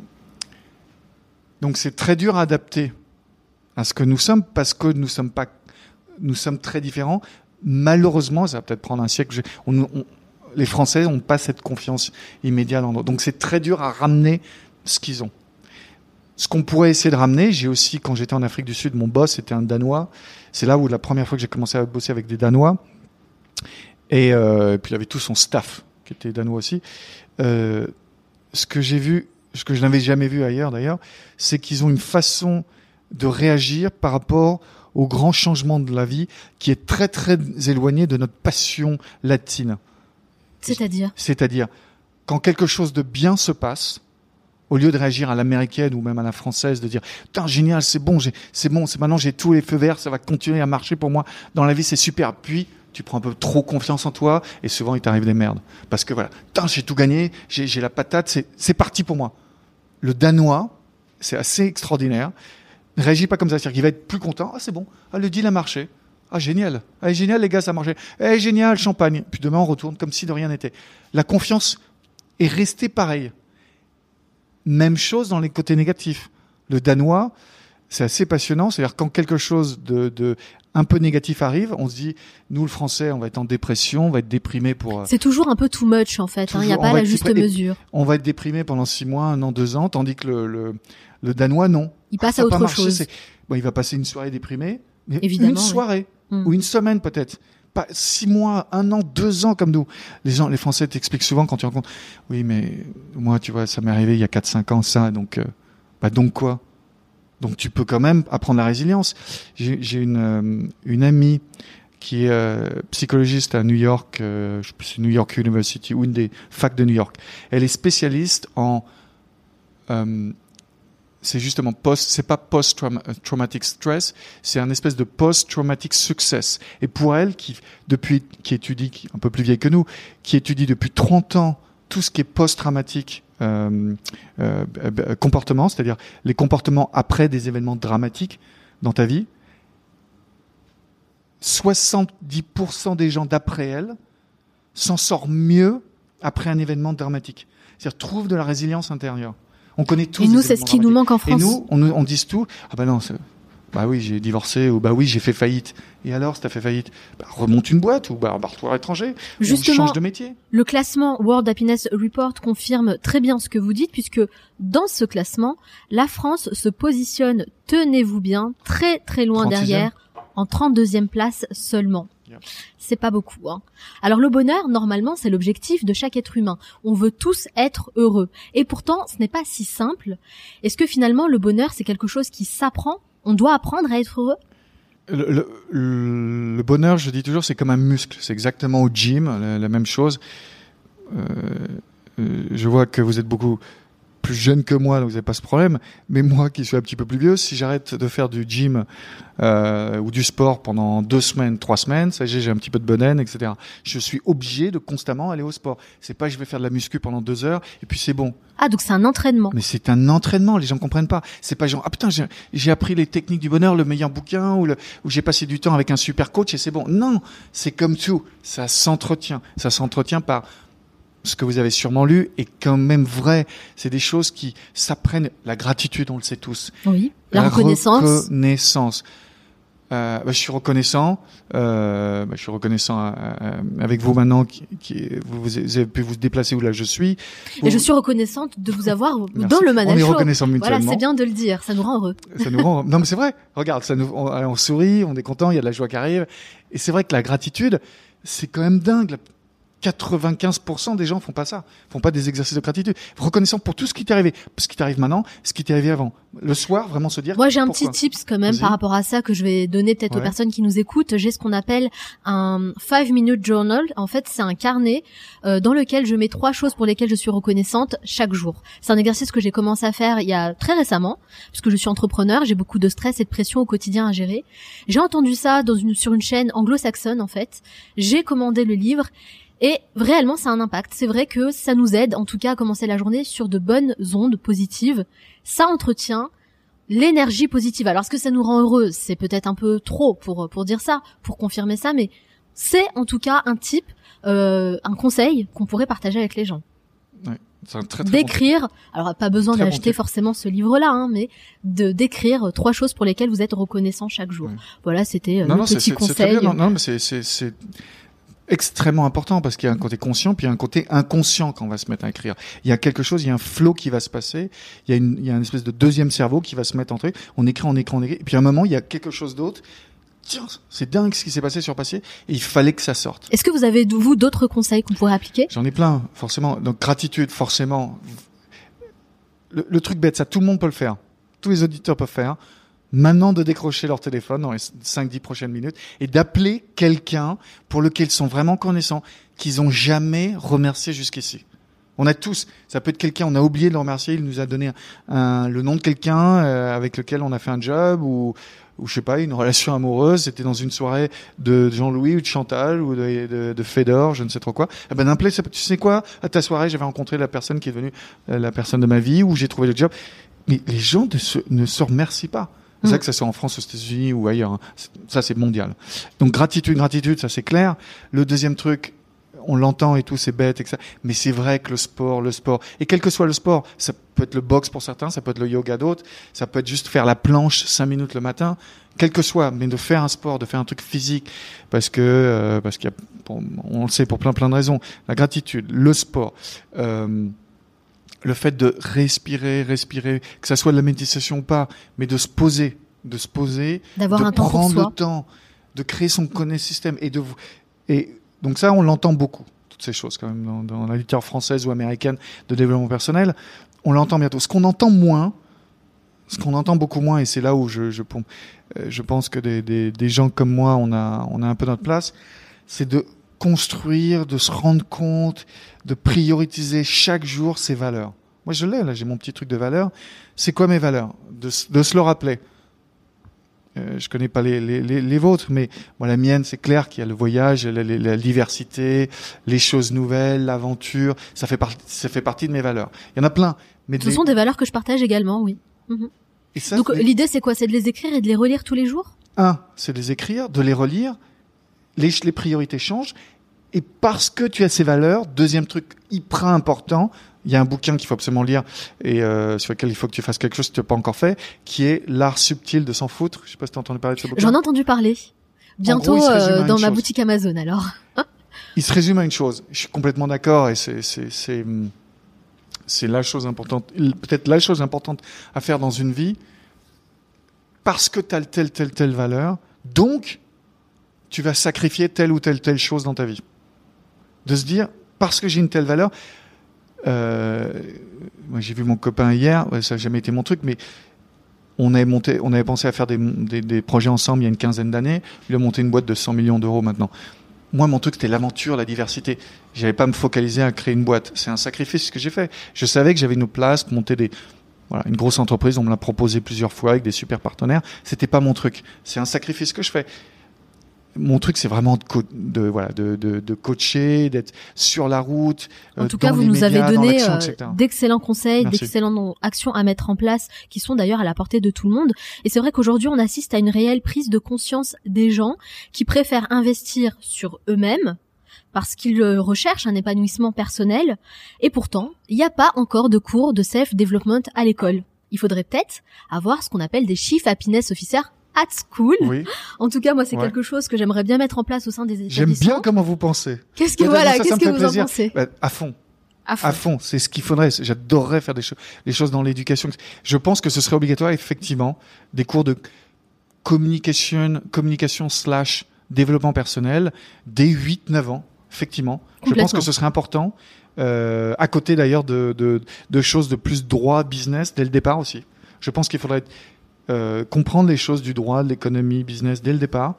donc c'est très dur à adapter à ce que nous sommes parce que nous sommes pas, nous sommes très différents. Malheureusement, ça va peut-être prendre un siècle. On, on, les Français n'ont pas cette confiance immédiate en nous. Donc c'est très dur à ramener ce qu'ils ont. Ce qu'on pourrait essayer de ramener, j'ai aussi, quand j'étais en Afrique du Sud, mon boss était un Danois. C'est là où la première fois que j'ai commencé à bosser avec des Danois. Et, euh, et puis il avait tout son staff qui était danois aussi. Euh, ce que j'ai vu, ce que je n'avais jamais vu ailleurs d'ailleurs, c'est qu'ils ont une façon de réagir par rapport au grand changement de la vie qui est très très éloigné de notre passion latine. C'est-à-dire ? C'est-à-dire, quand quelque chose de bien se passe, au lieu de réagir à l'américaine ou même à la française, de dire « Putain, génial, c'est bon, j'ai, c'est bon, c'est maintenant j'ai tous les feux verts, ça va continuer à marcher pour moi. Dans la vie, c'est super. » Puis, tu prends un peu trop confiance en toi et souvent, il t'arrive des merdes. Parce que voilà, « Putain, j'ai tout gagné, j'ai, j'ai la patate, c'est, c'est parti pour moi. » Le Danois, c'est assez extraordinaire, ne réagit pas comme ça. C'est-à-dire qu'il va être plus content. « Ah, c'est bon. Ah, le deal a marché. Ah, génial. Ah, génial, les gars, ça a marché. Eh, génial, champagne. » Puis demain, on retourne comme si de rien n'était. La confiance est restée pareille. Même chose dans les côtés négatifs. Le Danois, c'est assez passionnant. C'est-à-dire quand quelque chose de, de un peu négatif arrive, on se dit, nous le Français, on va être en dépression, on va être déprimé pour. C'est toujours un peu too much en fait. Il hein, n'y a pas la juste déprimé, mesure. On va être déprimé pendant six mois, un an, deux ans, tandis que le le, le Danois non. Il passe ah, à autre marché, chose. Bon, il va passer une soirée déprimée, mais Évidemment, une soirée oui. ou une semaine peut-être. Pas six mois, un an, deux ans comme nous. Les gens, les Français t'expliquent souvent quand tu rencontres. Oui, mais moi, tu vois, ça m'est arrivé il y a quatre, cinq ans, ça. Donc, euh, bah donc quoi ? Donc tu peux quand même apprendre la résilience. J'ai, j'ai une euh, une amie qui est euh, psychologiste à New York, euh, je sais plus, c'est New York University ou une des facs de New York. Elle est spécialiste en euh, c'est justement post, c'est pas post-traumatic stress, c'est un espèce de post-traumatic success. Et pour elle, qui, depuis, qui étudie, qui est un peu plus vieille que nous, qui étudie depuis trente ans tout ce qui est post-traumatique euh, euh, euh, comportements, c'est-à-dire les comportements après des événements dramatiques dans ta vie, soixante-dix pour cent des gens d'après elle s'en sortent mieux après un événement dramatique. C'est-à-dire trouvent de la résilience intérieure. On connaît tous. Et nous, c'est ce qui nous manque en France. Et nous, on, on dit tout. Ah ben non, c'est, bah oui, j'ai divorcé, ou bah oui, j'ai fait faillite. Et alors, si t'as fait faillite, bah remonte une boîte, ou bah barre-toi à l'étranger. Justement, ou change de métier. Le classement World Happiness Report confirme très bien ce que vous dites, puisque dans ce classement, la France se positionne, tenez-vous bien, très très loin trente-sixième derrière, en trente-deuxième place seulement. Yeah. C'est pas beaucoup, hein. Alors le bonheur, normalement, c'est l'objectif de chaque être humain. On veut tous être heureux. Et pourtant, ce n'est pas si simple. Est-ce que finalement, le bonheur, c'est quelque chose qui s'apprend? On doit apprendre à être heureux? Le, le, le bonheur, je dis toujours, c'est comme un muscle. C'est exactement au gym, la, la même chose. Euh, euh, je vois que vous êtes beaucoup plus jeune que moi, donc vous n'avez pas ce problème. Mais moi, qui suis un petit peu plus vieux, si j'arrête de faire du gym euh, ou du sport pendant deux semaines, trois semaines, ça y est, j'ai un petit peu de bedaine, et cetera. Je suis obligé de constamment aller au sport. C'est pas je vais faire de la muscu pendant deux heures et puis c'est bon. Ah, donc c'est un entraînement. Mais c'est un entraînement, les gens comprennent pas. C'est pas genre, ah putain, j'ai, j'ai appris les techniques du bonheur, le meilleur bouquin, ou, le, ou j'ai passé du temps avec un super coach et c'est bon. Non, c'est comme tout. Ça s'entretient. Ça s'entretient par ce que vous avez sûrement lu est quand même vrai. C'est des choses qui s'apprennent. La gratitude, on le sait tous. Oui. La, la reconnaissance. reconnaissance. Euh, bah, je suis reconnaissant. Euh, bah, je suis reconnaissant euh, euh, avec vous maintenant, qui, qui vous, vous avez pu vous déplacer où là je suis. Vous... Et je suis reconnaissante de vous avoir Merci. dans le Mana On est Show. reconnaissant mutuellement. Voilà, c'est bien de le dire. Ça nous rend heureux. Ça nous rend. Non, mais c'est vrai. Regarde, ça nous. On, on sourit, on est content. Il y a de la joie qui arrive. Et c'est vrai que la gratitude, c'est quand même dingue. quatre-vingt-quinze pour cent des gens font pas ça, font pas des exercices de gratitude. Reconnaissant pour tout ce qui t'est arrivé, ce qui t'arrive maintenant, ce qui t'est arrivé avant. Le soir, vraiment se dire. Moi, j'ai un pourquoi. petit tips quand même Vas-y. par rapport à ça que je vais donner peut-être Ouais. aux personnes qui nous écoutent. J'ai ce qu'on appelle un five minute journal. En fait, c'est un carnet euh, dans lequel je mets trois choses pour lesquelles je suis reconnaissante chaque jour. C'est un exercice que j'ai commencé à faire il y a très récemment, puisque je suis entrepreneur, j'ai beaucoup de stress et de pression au quotidien à gérer. J'ai entendu ça dans une sur une chaîne anglo-saxonne en fait. J'ai commandé le livre. Et réellement, ça a un impact. C'est vrai que ça nous aide, en tout cas, à commencer la journée sur de bonnes ondes positives. Ça entretient l'énergie positive. Alors, est-ce que ça nous rend heureux? C'est peut-être un peu trop pour pour dire ça, pour confirmer ça, mais c'est en tout cas un type, euh, un conseil qu'on pourrait partager avec les gens. Ouais, c'est un très, très D'écrire, alors pas besoin Très bon d'acheter type. forcément ce livre-là, hein, mais de d'écrire trois choses pour lesquelles vous êtes reconnaissant chaque jour. Ouais. Voilà, c'était euh, Non, le non, c'est, petit c'est, c'est très conseil. bien. Non, non, mais c'est, c'est, c'est extrêmement important parce qu'il y a un côté conscient puis il y a un côté inconscient quand on va se mettre à écrire. Il y a quelque chose, il y a un flow qui va se passer. Il y a une, il y a une espèce de deuxième cerveau qui va se mettre en truc. On écrit, on écrit, on écrit. Et puis à un moment, il y a quelque chose d'autre. Tiens, c'est dingue ce qui s'est passé sur papier. Et il fallait que ça sorte. Est-ce que vous avez, vous, d'autres conseils qu'on pourrait appliquer? J'en ai plein, forcément. Donc gratitude, forcément. Le, le truc bête, ça, tout le monde peut le faire. Tous les auditeurs peuvent faire. Maintenant, de décrocher leur téléphone dans les cinq dix prochaines minutes et d'appeler quelqu'un pour lequel ils sont vraiment connaissants, qu'ils ont jamais remercié jusqu'ici. On a tous, ça peut être quelqu'un, on a oublié de le remercier, il nous a donné un, un, le nom de quelqu'un euh, avec lequel on a fait un job ou, ou je sais pas, une relation amoureuse. C'était dans une soirée de Jean-Louis ou de Chantal ou de, de, de Fedor, je ne sais trop quoi. Eh ben d'appeler, tu sais quoi, à ta soirée, j'avais rencontré la personne qui est devenue euh, la personne de ma vie où j'ai trouvé le job. Mais les gens ne se, ne se remercient pas. C'est ça, que ça soit en France, aux États-Unis ou ailleurs. Hein. Ça, c'est mondial. Donc, gratitude, gratitude, ça, c'est clair. Le deuxième truc, on l'entend et tout, c'est bête, et cetera. Mais c'est vrai que le sport, le sport, et quel que soit le sport, ça peut être le boxe pour certains, ça peut être le yoga d'autres, ça peut être juste faire la planche cinq minutes le matin, quel que soit, mais de faire un sport, de faire un truc physique, parce que, euh, parce qu'il y a, bon, on le sait pour plein, plein de raisons. La gratitude, le sport, euh, le fait de respirer, respirer, que ça soit de la méditation ou pas, mais de se poser, de se poser, D'avoir de un temps pour prendre soi. le temps, de créer son connaissance et de vous, et donc ça, on l'entend beaucoup, toutes ces choses quand même dans, dans la littérature française ou américaine de développement personnel, on l'entend bientôt. Ce qu'on entend moins, ce qu'on entend beaucoup moins, et c'est là où je, je, je pense que des, des, des gens comme moi, on a, on a un peu notre place, c'est de construire, de se rendre compte, de prioriser chaque jour ses valeurs. Moi, je l'ai, là, j'ai mon petit truc de valeurs. C'est quoi mes valeurs? De, de se le rappeler. Euh, je connais pas les, les, les, les vôtres, mais moi la mienne, c'est clair qu'il y a le voyage, la, la, la diversité, les choses nouvelles, l'aventure. Ça fait partie, ça fait partie de mes valeurs. Il y en a plein. Mais Ce les... sont des valeurs que je partage également, oui. Mmh. Et ça, Donc les... l'idée, c'est quoi? C'est de les écrire et de les relire tous les jours? Un, c'est de les écrire, de les relire. Les, les priorités changent. Et parce que tu as ces valeurs, deuxième truc hyper important, il y a un bouquin qu'il faut absolument lire et euh, sur lequel il faut que tu fasses quelque chose si tu l'as pas encore fait, qui est L'art subtil de s'en foutre. Je sais pas si tu as entendu parler de ce bouquin. J'en ai entendu parler. Bientôt gros, euh, dans ma chose. boutique Amazon, alors. Il se résume à une chose. Je suis complètement d'accord et c'est c'est c'est c'est la chose importante, peut-être la chose importante à faire dans une vie, parce que tu as telle telle telle valeur, donc tu vas sacrifier telle ou telle telle chose dans ta vie. De se dire, parce que j'ai une telle valeur, euh, moi j'ai vu mon copain hier, ouais, ça n'a jamais été mon truc, mais on avait monté, on avait pensé à faire des, des, des projets ensemble il y a une quinzaine d'années. Il a monté une boîte de cent millions d'euros maintenant. Moi, mon truc, c'était l'aventure, la diversité. J'avais pas à me focaliser à créer une boîte. C'est un sacrifice ce que j'ai fait. Je savais que j'avais une place pour monter des, voilà, une grosse entreprise. On me l'a proposé plusieurs fois avec des super partenaires. C'était pas mon truc. C'est un sacrifice que je fais. Mon truc, c'est vraiment de, co- de, voilà, de, de, de coacher, d'être sur la route. En euh, tout cas, dans vous les nous médias, avez dans donné l'action, euh, et cetera. d'excellents conseils, Merci. d'excellentes actions à mettre en place, qui sont d'ailleurs à la portée de tout le monde. Et c'est vrai qu'aujourd'hui, on assiste à une réelle prise de conscience des gens qui préfèrent investir sur eux-mêmes parce qu'ils recherchent un épanouissement personnel. Et pourtant, il n'y a pas encore de cours de self-development à l'école. Il faudrait peut-être avoir ce qu'on appelle des Chief Happiness Officers at school. Oui. En tout cas, moi, c'est Ouais. quelque chose que j'aimerais bien mettre en place au sein des établissements. J'aime bien comment vous pensez. Qu'est-ce que Ça, voilà, ça, ça qu'est-ce me que fait vous plaisir. en pensez? Bah, à fond. À fond. À fond, c'est ce qu'il faudrait. J'adorerais faire des choses, des choses dans l'éducation. Je pense que ce serait obligatoire, effectivement, des cours de communication, communication slash développement personnel dès huit neuf ans, effectivement. Je pense que ce serait important, euh, à côté d'ailleurs de, de, de choses de plus droit, business, dès le départ aussi. Je pense qu'il faudrait euh, comprendre les choses du droit, de l'économie, business, dès le départ.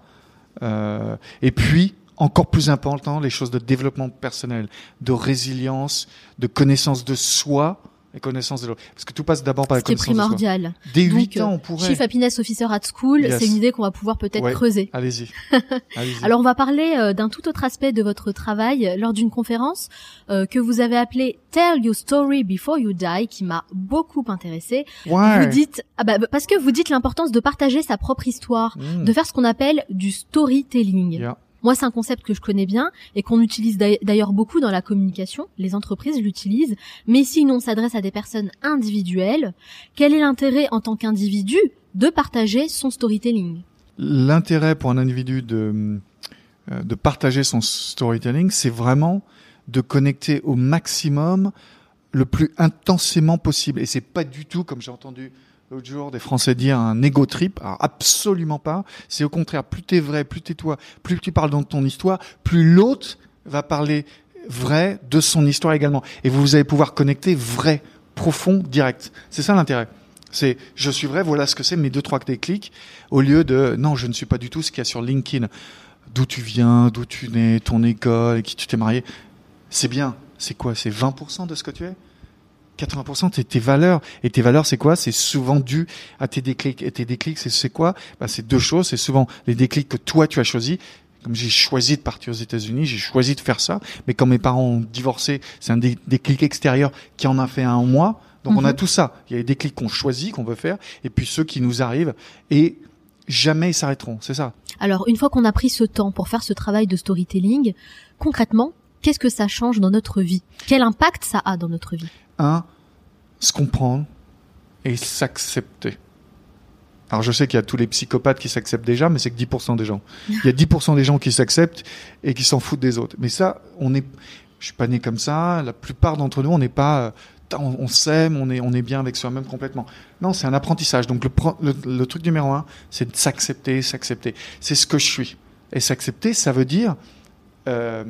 Euh, et puis, encore plus important, les choses de développement personnel, de résilience, de connaissance de soi et connaissance de l'autre. Parce que tout passe d'abord par la Ce qui est connaissance de soi. primordial. Dès Donc, huit ans, on pourrait... Chief Happiness Officer at School, Yes. c'est une idée qu'on va pouvoir peut-être Ouais. creuser. Allez-y. Allez-y. Alors on va parler euh, d'un tout autre aspect de votre travail euh, lors d'une conférence euh, que vous avez appelée Tell Your Story Before You Die, qui m'a beaucoup intéressée. Ouais. Vous dites ah bah parce que vous dites l'importance de partager sa propre histoire, Mmh. de faire ce qu'on appelle du storytelling. Yeah. Moi, c'est un concept que je connais bien et qu'on utilise d'ailleurs beaucoup dans la communication. Les entreprises l'utilisent. Mais ici, nous, on s'adresse à des personnes individuelles. Quel est l'intérêt en tant qu'individu de partager son storytelling? L'intérêt pour un individu de, euh, de partager son storytelling, c'est vraiment de connecter au maximum, le plus intensément possible. Et c'est pas du tout, comme j'ai entendu l'autre jour des Français dire, un ego trip. Alors, absolument pas. C'est au contraire, plus t'es vrai, plus t'es toi, plus tu parles dans ton histoire, plus l'autre va parler vrai de son histoire également. Et vous allez pouvoir connecter vrai, profond, direct. C'est ça l'intérêt. C'est je suis vrai, voilà ce que c'est, mes deux, trois clics, au lieu de non, je ne suis pas du tout ce qu'il y a sur LinkedIn. D'où tu viens, d'où tu nais, ton école, avec qui tu t'es marié. C'est bien. C'est quoi? C'est vingt pour cent de ce que tu es? quatre-vingts pour cent c'est tes valeurs. Et tes valeurs, c'est quoi? C'est souvent dû à tes déclics. Et tes déclics, c'est, c'est quoi? Bah, c'est deux choses. C'est souvent les déclics que toi, tu as choisis. Comme j'ai choisi de partir aux États-Unis, j'ai choisi de faire ça. Mais quand mes parents ont divorcé, c'est un dé- déclic extérieur qui en a fait un en moi. Donc, mm-hmm. on a tout ça. Il y a les déclics qu'on choisit, qu'on veut faire. Et puis ceux qui nous arrivent. Et jamais ils s'arrêteront. C'est ça. Alors, une fois qu'on a pris ce temps pour faire ce travail de storytelling, concrètement, qu'est-ce que ça change dans notre vie? Quel impact ça a dans notre vie? Un, se comprendre et s'accepter. Alors je sais qu'il y a tous les psychopathes qui s'acceptent déjà, mais c'est que dix pour cent des gens. Il y a dix pour cent des gens qui s'acceptent et qui s'en foutent des autres. Mais ça, on est, je suis pas né comme ça. La plupart d'entre nous, on n'est pas, on, on s'aime, on est, on est bien avec soi-même complètement. Non, c'est un apprentissage. Donc le, le, le truc numéro un, c'est de s'accepter, s'accepter. C'est ce que je suis. Et s'accepter, ça veut dire, euh,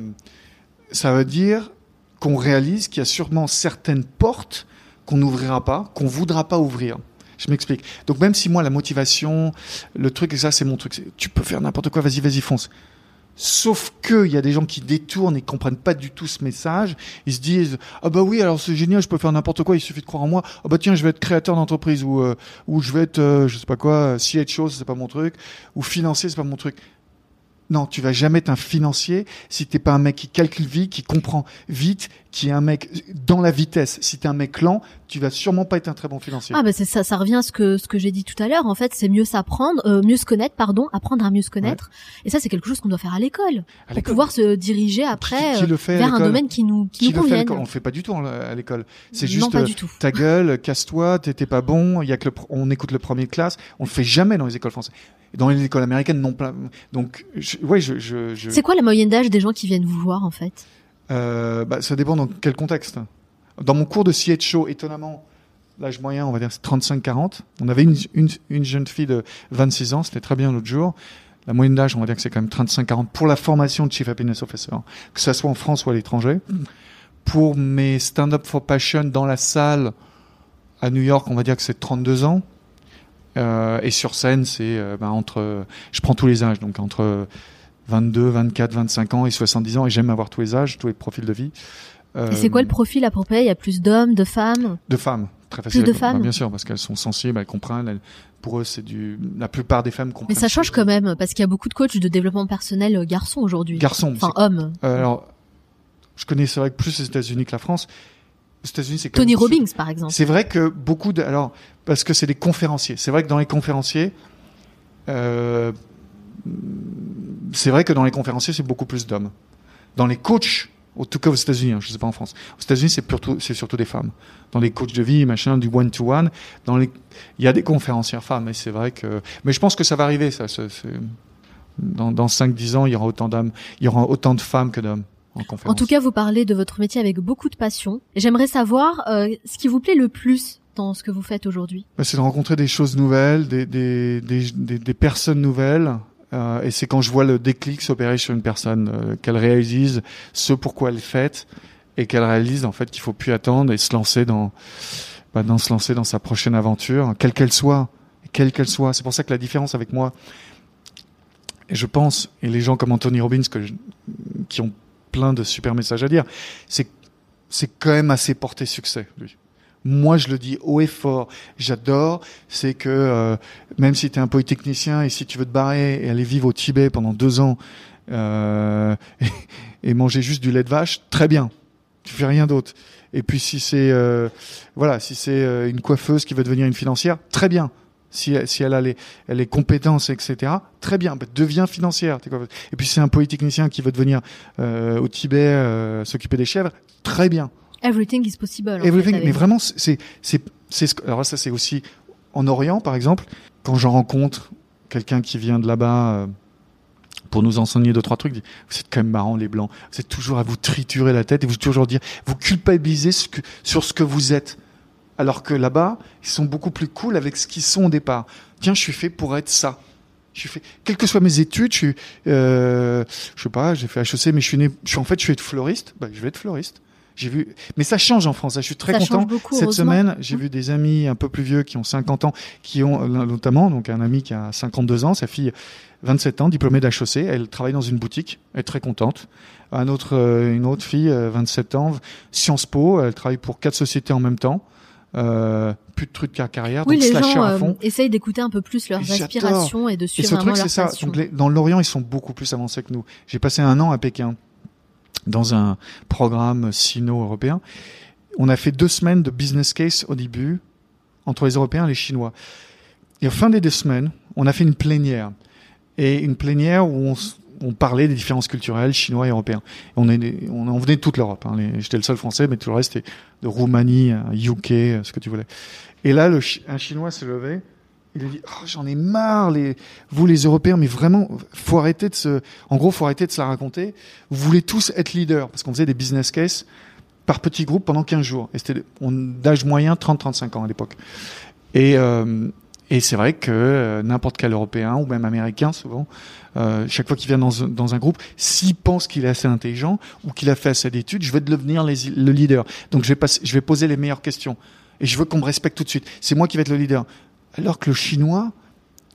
ça veut dire qu'on réalise qu'il y a sûrement certaines portes qu'on n'ouvrira pas, qu'on voudra pas ouvrir. Je m'explique. Donc même si moi, la motivation, le truc, et ça, c'est mon truc. C'est, tu peux faire n'importe quoi, vas-y, vas-y, fonce. Sauf que il y a des gens qui détournent et qui comprennent pas du tout ce message. Ils se disent ah bah oui alors c'est génial, je peux faire n'importe quoi, il suffit de croire en moi. Ah bah tiens je vais être créateur d'entreprise ou euh, ou je vais être euh, je sais pas quoi C H O c'est pas mon truc ou financier c'est pas mon truc. Non, tu vas jamais être un financier si t'es pas un mec qui calcule vite, qui comprend vite, qui est un mec dans la vitesse. Si t'es un mec lent, tu vas sûrement pas être un très bon financier. Ah bah c'est ça, ça revient à ce que ce que j'ai dit tout à l'heure. En fait, c'est mieux s'apprendre, euh, mieux se connaître, pardon, apprendre à mieux se connaître. Ouais. Et ça, c'est quelque chose qu'on doit faire à l'école à pour l'école. pouvoir se diriger après qui, qui le fait vers un domaine qui nous qui, qui nous convienne. On le fait pas du tout à l'école. C'est non, juste pas du tout. ta gueule, casse-toi, t'es pas bon. Il y a que le, on écoute le premier de classe. On le fait jamais dans les écoles françaises. Dans les écoles américaines, non pas. Donc, je, ouais, je, je, je... C'est quoi la moyenne d'âge des gens qui viennent vous voir en fait? Euh, bah, ça dépend dans quel contexte. Dans mon cours de C H O, étonnamment, l'âge moyen, on va dire, c'est trente-cinq quarante. On avait une, une, une jeune fille de vingt-six ans, c'était très bien l'autre jour. La moyenne d'âge, on va dire que c'est quand même trente-cinq quarante pour la formation de Chief Happiness Officer, que ça soit en France ou à l'étranger. Pour mes Stand-Up for Passion dans la salle à New York, on va dire que c'est trente-deux ans. Euh, et sur scène, c'est euh, bah, entre... Je prends tous les âges, donc entre vingt-deux, vingt-quatre, vingt-cinq ans et soixante-dix ans, et j'aime avoir tous les âges, tous les profils de vie. Euh, et c'est quoi le profil approprié? Il y a plus d'hommes, de femmes? De femmes, très facile. Plus de femmes? Bah, bien sûr, parce qu'elles sont sensibles, elles comprennent. Elles, pour eux, c'est du. La plupart des femmes comprennent. Mais ça change quand même, parce qu'il y a beaucoup de coachs de développement personnel euh, garçons aujourd'hui. Garçons. Enfin, hommes. Euh, alors, je connais, c'est vrai que plus les États-Unis que la France. Aux États-Unis, c'est Tony même... Robbins, par exemple. C'est vrai que beaucoup de. Alors, parce que c'est des conférenciers. C'est vrai que dans les conférenciers. Euh... C'est vrai que dans les conférenciers, c'est beaucoup plus d'hommes. Dans les coachs. En tout cas aux États-Unis, hein, je sais pas en France. Aux États-Unis, c'est surtout, c'est surtout des femmes. Dans les coachs de vie, machin, du one-to-one, dans les, il y a des conférencières femmes, mais c'est vrai que, mais je pense que ça va arriver, ça. C'est, c'est... Dans, dans cinq dix ans, il y aura autant d'hommes, il y aura autant de femmes que d'hommes en conférence. En tout cas, vous parlez de votre métier avec beaucoup de passion. J'aimerais savoir euh, ce qui vous plaît le plus dans ce que vous faites aujourd'hui. Ben, c'est de rencontrer des choses nouvelles, des, des, des, des, des personnes nouvelles. Euh, et c'est quand je vois le déclic s'opérer sur une personne, euh, qu'elle réalise ce pourquoi elle fait et qu'elle réalise en fait qu'il faut plus attendre et se lancer dans, bah, dans se lancer dans sa prochaine aventure, quelle qu'elle soit, quelle qu'elle soit. C'est pour ça que la différence avec moi, et je pense, et les gens comme Anthony Robbins que je, qui ont plein de super messages à dire, c'est c'est quand même assez porté succès lui. Moi, je le dis haut et fort, j'adore, c'est que euh, même si tu es un polytechnicien et si tu veux te barrer et aller vivre au Tibet pendant deux ans euh, et, et manger juste du lait de vache, très bien, tu fais rien d'autre. Et puis si c'est euh, voilà, si c'est euh, une coiffeuse qui veut devenir une financière, très bien. Si, si elle a les, elle les compétences, et cetera, très bien, bah, deviens financière. Et puis si c'est un polytechnicien qui veut devenir euh, au Tibet euh, s'occuper des chèvres, très bien. Everything is possible. Everything, en fait, mais vraiment, c'est, c'est, c'est, ce, alors ça, c'est aussi en Orient, par exemple, quand j'en rencontre quelqu'un qui vient de là-bas euh, pour nous enseigner deux, trois trucs, dit, vous êtes quand même marrants, les Blancs. Vous êtes toujours à vous triturer la tête et vous toujours dire, vous culpabilisez ce que, sur ce que vous êtes. Alors que là-bas, ils sont beaucoup plus cool avec ce qu'ils sont au départ. Tiens, je suis fait pour être ça. Je suis fait, quelles que soient mes études, je suis, euh, je sais pas, j'ai fait H E C, mais je suis né, je suis en fait, je suis être fleuriste. Bah, je vais être fleuriste. J'ai vu, mais ça change en France. Je suis très ça content. Beaucoup, Cette heureusement. semaine, j'ai mmh. vu des amis un peu plus vieux qui ont cinquante ans, qui ont notamment, donc un ami qui a cinquante-deux ans, sa fille vingt-sept ans, diplômée d'H E C. Elle travaille dans une boutique. Elle est très contente. Un autre, une autre fille, vingt-sept ans, Sciences Po. Elle travaille pour quatre sociétés en même temps. Euh, plus de trucs à carrière. Oui, donc les slasher gens à fond. Euh, essayent d'écouter un peu plus leurs et aspirations et de suivre et ce vraiment truc, leur c'est ça. passion. Donc, les, dans l'Orient, ils sont beaucoup plus avancés que nous. J'ai passé un an à Pékin dans un programme sino-européen. On a fait deux semaines de business case au début entre les Européens et les Chinois. Et au fin des deux semaines, on a fait une plénière. Et une plénière où on, on parlait des différences culturelles chinois et européens. Et on, est, on, on venait de toute l'Europe. Hein. Les, j'étais le seul français, mais tout le reste était de Roumanie, U K, ce que tu voulais. Et là, le, un Chinois s'est levé. Il a dit, oh, j'en ai marre, les, vous les Européens, mais vraiment, faut arrêter de se, en gros, faut arrêter de se la raconter. Vous voulez tous être leaders, parce qu'on faisait des business cases par petits groupes pendant quinze jours. Et c'était on, d'âge moyen trente à trente-cinq ans à l'époque. Et, euh, et c'est vrai que euh, n'importe quel Européen, ou même Américain souvent, euh, chaque fois qu'il vient dans, dans un groupe, s'il pense qu'il est assez intelligent, ou qu'il a fait assez d'études, je vais devenir les, le leader. Donc je vais, passer, je vais poser les meilleures questions. Et je veux qu'on me respecte tout de suite. C'est moi qui vais être le leader. Alors que le Chinois,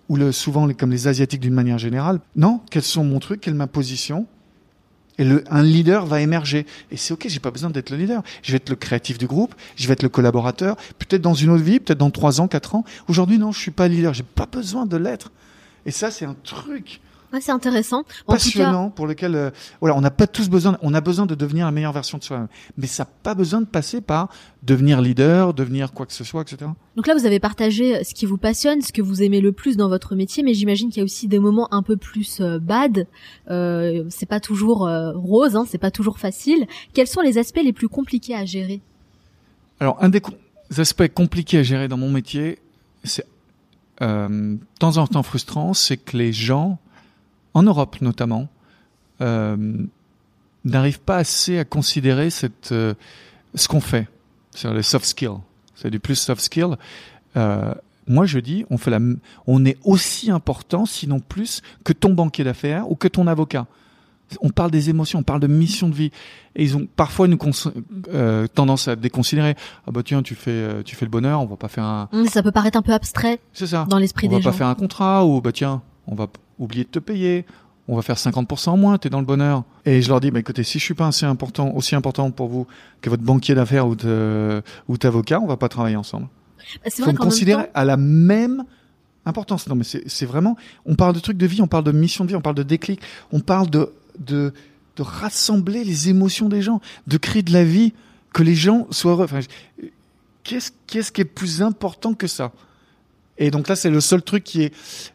ou le, souvent les, comme les Asiatiques d'une manière générale. Non, quels sont mon truc, quelle est ma position? Et le, un leader va émerger. Et c'est ok, j'ai pas besoin d'être le leader. Je vais être le créatif du groupe, je vais être le collaborateur. Peut-être dans une autre vie, peut-être dans trois ans, quatre ans. Aujourd'hui, non, je suis pas leader. J'ai pas besoin de l'être. Et ça, c'est un truc Ouais, c'est intéressant. En passionnant tout cas, pour lequel, euh, voilà, on n'a pas tous besoin. On a besoin de devenir la meilleure version de soi-même. Mais ça n'a pas besoin de passer par devenir leader, devenir quoi que ce soit, et cetera. donc là, vous avez partagé ce qui vous passionne, ce que vous aimez le plus dans votre métier, mais j'imagine qu'il y a aussi des moments un peu plus euh, bad. Euh, c'est pas toujours euh, rose, hein, c'est pas toujours facile. Quels sont les aspects les plus compliqués à gérer? Alors, un des co- aspects compliqués à gérer dans mon métier, c'est euh, de temps en temps frustrant, c'est que les gens, en Europe notamment, euh, n'arrivent pas assez à considérer cette, euh, ce qu'on fait, c'est les soft skills. C'est du plus soft skills. Euh, moi, je dis, on fait la, on est aussi important, sinon plus, que ton banquier d'affaires ou que ton avocat. On parle des émotions, on parle de mission de vie, et ils ont parfois une cons- euh, tendance à déconsidérer. Ah bah tiens, tu fais, euh, tu fais le bonheur, on va pas faire un. Hum, Ça peut paraître un peu abstrait C'est ça. dans l'esprit On des va gens. pas faire un contrat ou bah tiens, on va p- oublier de te payer. On va faire cinquante pour cent en moins, t'es dans le bonheur. Et je leur dis, bah écoutez, si je suis pas assez important, aussi important pour vous que votre banquier d'affaires ou, de, ou t'avocat, on va pas travailler ensemble. Bah, c'est Faut vrai me qu'en même considérer temps, à la même importance. Non mais c'est, c'est vraiment, on parle de trucs de vie, on parle de mission de vie, on parle de déclic, on parle de, de, de rassembler les émotions des gens, de créer de la vie, que les gens soient heureux. Enfin, je- qu'est-ce, qu'est-ce qui est plus important que ça? Et donc là, c'est le seul truc qui est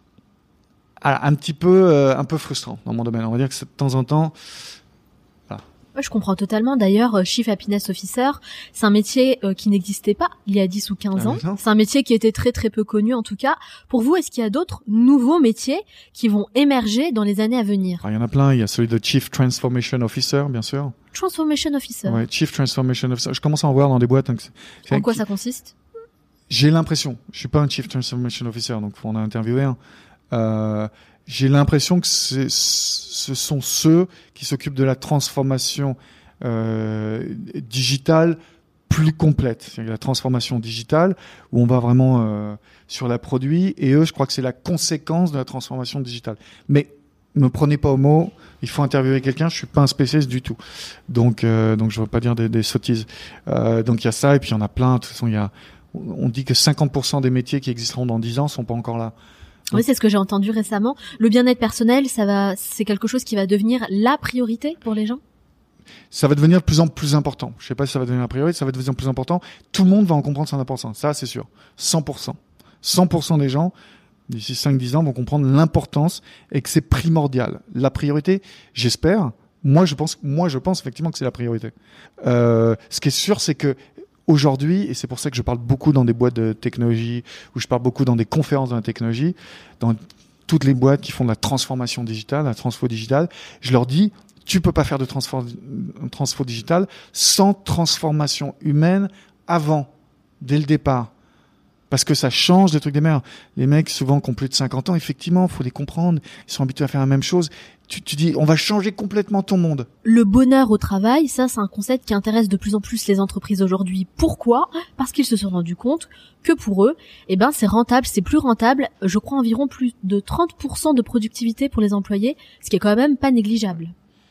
ah, un petit peu, euh, un peu frustrant dans mon domaine. On va dire que c'est de temps en temps. ouais, je comprends totalement. D'ailleurs, euh, Chief Happiness Officer, c'est un métier euh, qui n'existait pas il y a dix ou quinze Ah, ans. non. C'est un métier qui était très très peu connu en tout cas. Pour vous, est-ce qu'il y a d'autres nouveaux métiers qui vont émerger dans les années à venir? Alors, il y en a plein. Il y a celui de Chief Transformation Officer, bien sûr. Transformation Officer. Ouais, Chief Transformation Officer. Je commence à en voir dans des boîtes. Donc c'est- c'est En un quoi qui- ça consiste? J'ai l'impression. Je suis pas un Chief Transformation Officer, donc on a interviewé un. Euh, j'ai l'impression que c'est, ce sont ceux qui s'occupent de la transformation euh, digitale plus complète. C'est-à-dire la transformation digitale où on va vraiment euh, sur la produit, et eux, je crois que c'est la conséquence de la transformation digitale. Mais me prenez pas au mot, il faut interviewer quelqu'un, je suis pas un spécialiste du tout. Donc, euh, donc je ne veux pas dire des, des sottises. Euh, donc il y a ça, et puis il y en a plein. De toute façon, il y a, on dit que cinquante pour cent des métiers qui existeront dans dix ans sont pas encore là. Oui, c'est ce que j'ai entendu récemment. Le bien-être personnel, ça va, c'est quelque chose qui va devenir la priorité pour les gens? Ça va devenir de plus en plus important. Je sais pas si ça va devenir la priorité, ça va devenir de plus en important. Tout le monde va en comprendre son importance. Ça, c'est sûr. cent pour cent. cent pour cent des gens, d'ici cinq dix ans, vont comprendre l'importance et que c'est primordial. La priorité, j'espère. Moi, je pense, moi, je pense effectivement que c'est la priorité. Euh, ce qui est sûr, c'est que aujourd'hui, et c'est pour ça que je parle beaucoup dans des boîtes de technologie, ou je parle beaucoup dans des conférences dans la technologie, dans toutes les boîtes qui font de la transformation digitale, la transfo digitale, je leur dis, tu peux pas faire de transfo, transfo digitale sans transformation humaine avant, dès le départ. Parce que ça change des trucs des mères. Les mecs, souvent, qui ont plus de cinquante ans, effectivement, faut les comprendre. Ils sont habitués à faire la même chose. Tu, tu dis, on va changer complètement ton monde. Le bonheur au travail, ça, c'est un concept qui intéresse de plus en plus les entreprises aujourd'hui. Pourquoi? Parce qu'ils se sont rendus compte que pour eux, eh ben, c'est rentable, c'est plus rentable. Je crois environ plus de trente pour cent de productivité pour les employés, ce qui est quand même pas négligeable.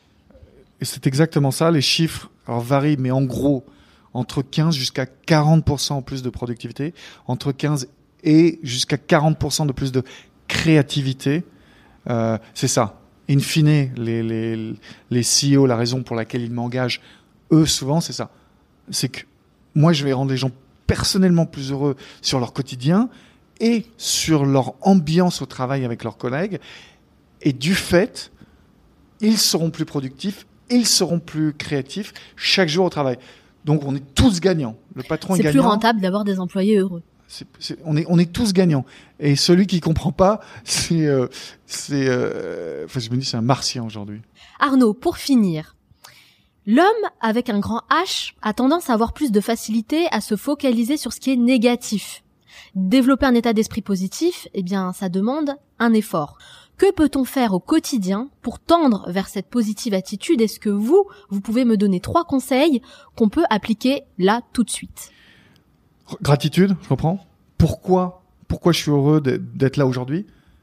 Et c'est exactement ça. Les chiffres alors, varient, mais en gros, entre quinze jusqu'à quarante pour cent en plus de productivité, entre quinze et jusqu'à quarante pour cent de plus de créativité. Euh, c'est ça. In fine, les, les, les C E O, la raison pour laquelle ils m'engagent, eux, souvent, c'est ça. C'est que moi, je vais rendre les gens personnellement plus heureux sur leur quotidien et sur leur ambiance au travail avec leurs collègues. Et du fait, ils seront plus productifs, ils seront plus créatifs chaque jour au travail. Donc, on est tous gagnants. Le patron est C'est gagnant. plus rentable d'avoir des employés heureux. C'est, c'est, on est, on est tous gagnants. Et celui qui comprend pas, c'est, euh, c'est, euh, enfin, je me dis, c'est un martien aujourd'hui. Arnaud, pour finir, l'homme avec un grand H a tendance à avoir plus de facilité à se focaliser sur ce qui est négatif. Développer un état d'esprit positif, eh bien, ça demande un effort. Que peut-on faire au quotidien pour tendre vers cette positive attitude? Est-ce que vous, vous pouvez me donner trois conseils qu'on peut appliquer là tout de suite? Gratitude, je comprends. Pourquoi, pourquoi je suis heureux d'être là aujourd'hui?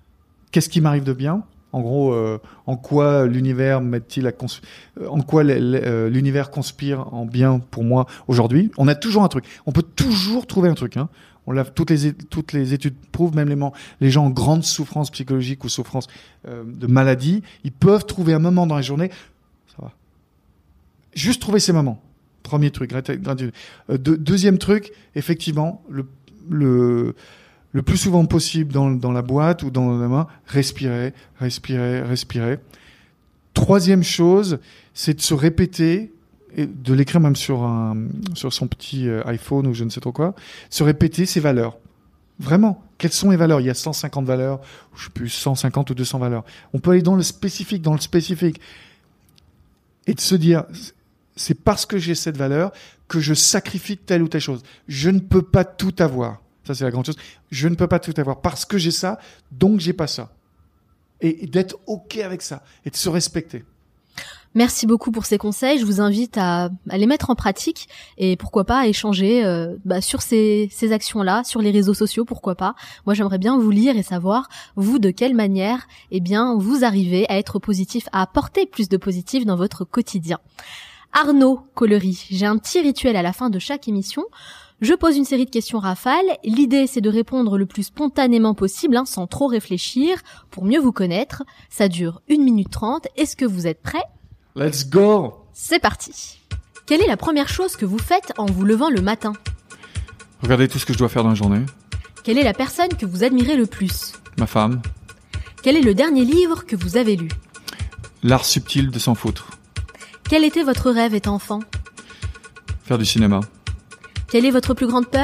qu'est-ce qui m'arrive de bien ? En gros, euh, en quoi l'univers m'aide-t-il à cons- euh, en quoi l- l- euh, l'univers conspire en bien pour moi aujourd'hui ? On a toujours un truc. On peut toujours trouver un truc. Hein. On l'a, toutes les é- toutes les études prouvent, même les, man- les gens en grande souffrance psychologique ou souffrance euh, de maladie, ils peuvent trouver un moment dans la journée. Ça va. Juste trouver ces moments. Premier truc. Gratitude. Euh, de, deuxième truc, effectivement, le le le plus souvent possible dans, dans la boîte ou dans la main, respirer, respirer, respirer. Troisième chose, c'est de se répéter, et de l'écrire même sur un, sur son petit iPhone ou je ne sais trop quoi, se répéter ses valeurs. Vraiment. Quelles sont les valeurs ? Il y a cent cinquante valeurs, je sais plus, cent cinquante ou deux cents valeurs. On peut aller dans le spécifique, dans le spécifique. Et de se dire, c'est parce que j'ai cette valeur que je sacrifie telle ou telle chose. Je ne peux pas tout avoir. Ça, c'est la grande chose. Je ne peux pas tout avoir parce que j'ai ça, donc j'ai pas ça. Et d'être OK avec ça et de se respecter. Merci beaucoup pour ces conseils. Je vous invite à, à les mettre en pratique et pourquoi pas à échanger euh, bah, sur ces, ces actions-là, sur les réseaux sociaux, pourquoi pas. Moi, j'aimerais bien vous lire et savoir, vous, de quelle manière eh bien, vous arrivez à être positif, à apporter plus de positif dans votre quotidien. Arnaud Collery, j'ai un petit rituel à la fin de chaque émission. Je pose une série de questions rafales. L'idée, c'est de répondre le plus spontanément possible, hein, sans trop réfléchir, pour mieux vous connaître. Ça dure une minute trente. Est-ce que vous êtes prêts ? Let's go! C'est parti. Quelle est la première chose que vous faites en vous levant le matin ? Regardez tout ce que je dois faire dans la journée. Quelle est la personne que vous admirez le plus ? Ma femme. Quel est le dernier livre que vous avez lu ? L'art subtil de s'en foutre. Quel était votre rêve étant enfant ? Faire du cinéma. Quelle est votre plus grande peur ?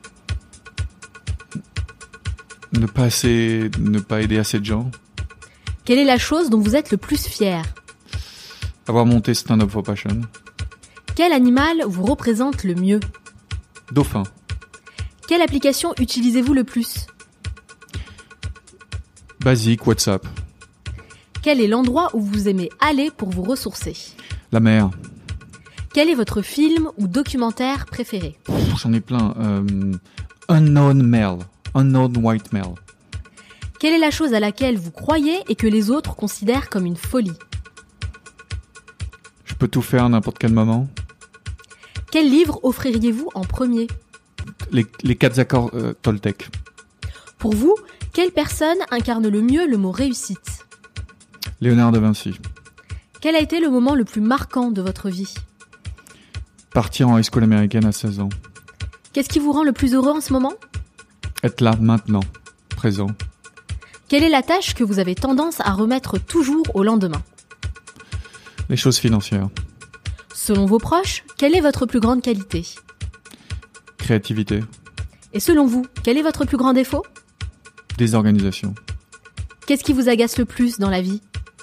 Ne pas assez, ne pas aider assez de gens. Quelle est la chose dont vous êtes le plus fier ? Avoir monté Stand Up for Passion. Quel animal vous représente le mieux ? Dauphin. Quelle application utilisez-vous le plus ? Basique, WhatsApp. Quel est l'endroit où vous aimez aller pour vous ressourcer ? La mer. Quel est votre film ou documentaire préféré ? Pff, j'en ai plein. Euh, unknown Male. Unknown White Male. Quelle est la chose à laquelle vous croyez et que les autres considèrent comme une folie ? Je peux tout faire à n'importe quel moment. Quel livre offririez-vous en premier ? Les, les quatre accords euh, Toltec. Pour vous, quelle personne incarne le mieux le mot réussite ? Léonard de Vinci. Quel a été le moment le plus marquant de votre vie ? Partir en high school américaine à seize ans. Qu'est-ce qui vous rend le plus heureux en ce moment ? Être là, maintenant, présent. Quelle est la tâche que vous avez tendance à remettre toujours au lendemain ? Les choses financières. Selon vos proches, quelle est votre plus grande qualité ? Créativité. Et selon vous, quel est votre plus grand défaut ? Désorganisation. Qu'est-ce qui vous agace le plus dans la vie ?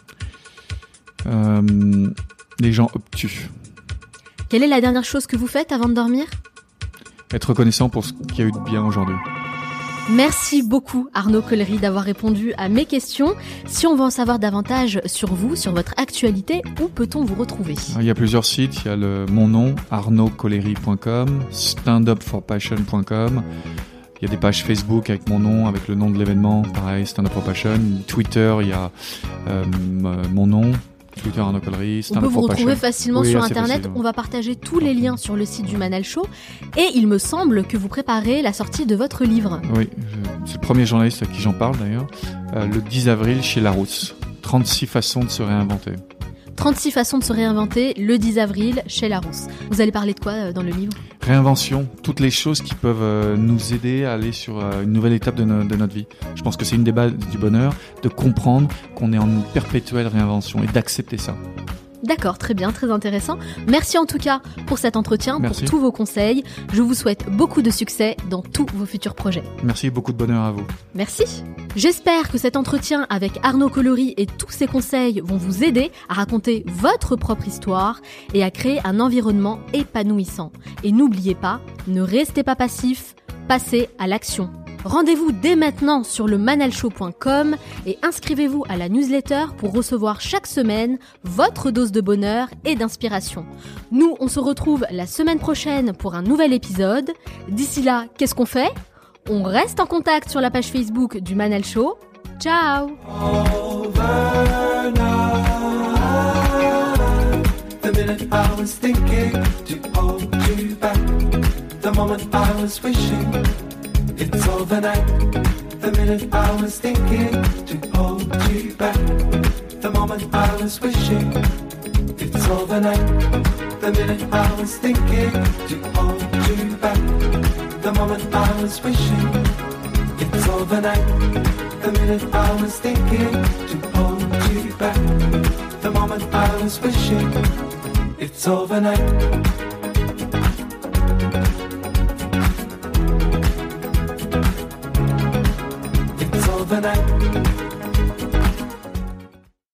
Euh, les gens obtus. Quelle est la dernière chose que vous faites avant de dormir ? Être reconnaissant pour ce qu'il y a eu de bien aujourd'hui. Merci beaucoup Arnaud Collery d'avoir répondu à mes questions. Si on veut en savoir davantage sur vous, sur votre actualité, où peut-on vous retrouver ? Il y a plusieurs sites, il y a le, mon nom, arnaud collery point com, stand up for passion point com. Il y a des pages Facebook avec mon nom, avec le nom de l'événement, pareil, Stand Up for Passion. Twitter, il y a euh, mon nom, Twitter Arnaud Collery, Stand On peut Up vous for retrouver Passion. facilement Oui, sur assez Internet. facilement. On va partager tous les liens sur le site du Manal Show. Et il me semble que vous préparez la sortie de votre livre. Oui, je- c'est le premier journaliste à qui j'en parle d'ailleurs. Euh, le dix avril chez Larousse. trente-six façons de se réinventer. trente-six façons de se réinventer, le dix avril, chez Larousse. Vous allez parler de quoi euh, dans le livre ? Réinvention, toutes les choses qui peuvent euh, nous aider à aller sur euh, une nouvelle étape de, no- de notre vie. Je pense que c'est une des bases du bonheur, de comprendre qu'on est en perpétuelle réinvention et d'accepter ça. D'accord, très bien, très intéressant. Merci en tout cas pour cet entretien, Merci. pour tous vos conseils. Je vous souhaite beaucoup de succès dans tous vos futurs projets. Merci, beaucoup de bonheur à vous. Merci. J'espère que cet entretien avec Arnaud Collery et tous ses conseils vont vous aider à raconter votre propre histoire et à créer un environnement épanouissant. Et n'oubliez pas, ne restez pas passif, passez à l'action. Rendez-vous dès maintenant sur le manal show point com et inscrivez-vous à la newsletter pour recevoir chaque semaine votre dose de bonheur et d'inspiration. Nous, on se retrouve la semaine prochaine pour un nouvel épisode. D'ici là, qu'est-ce qu'on fait ? On reste en contact sur la page Facebook du Manal Show. Ciao. Overnight, the minute I was thinking to hold you back, the moment I was wishing it's overnight. The minute I was thinking to hold you back, the moment I was wishing it's overnight. The minute I was thinking to hold you back, the moment I was wishing it's overnight. The minute I was thinking to hold you back, the moment I was wishing it's overnight. It's overnight.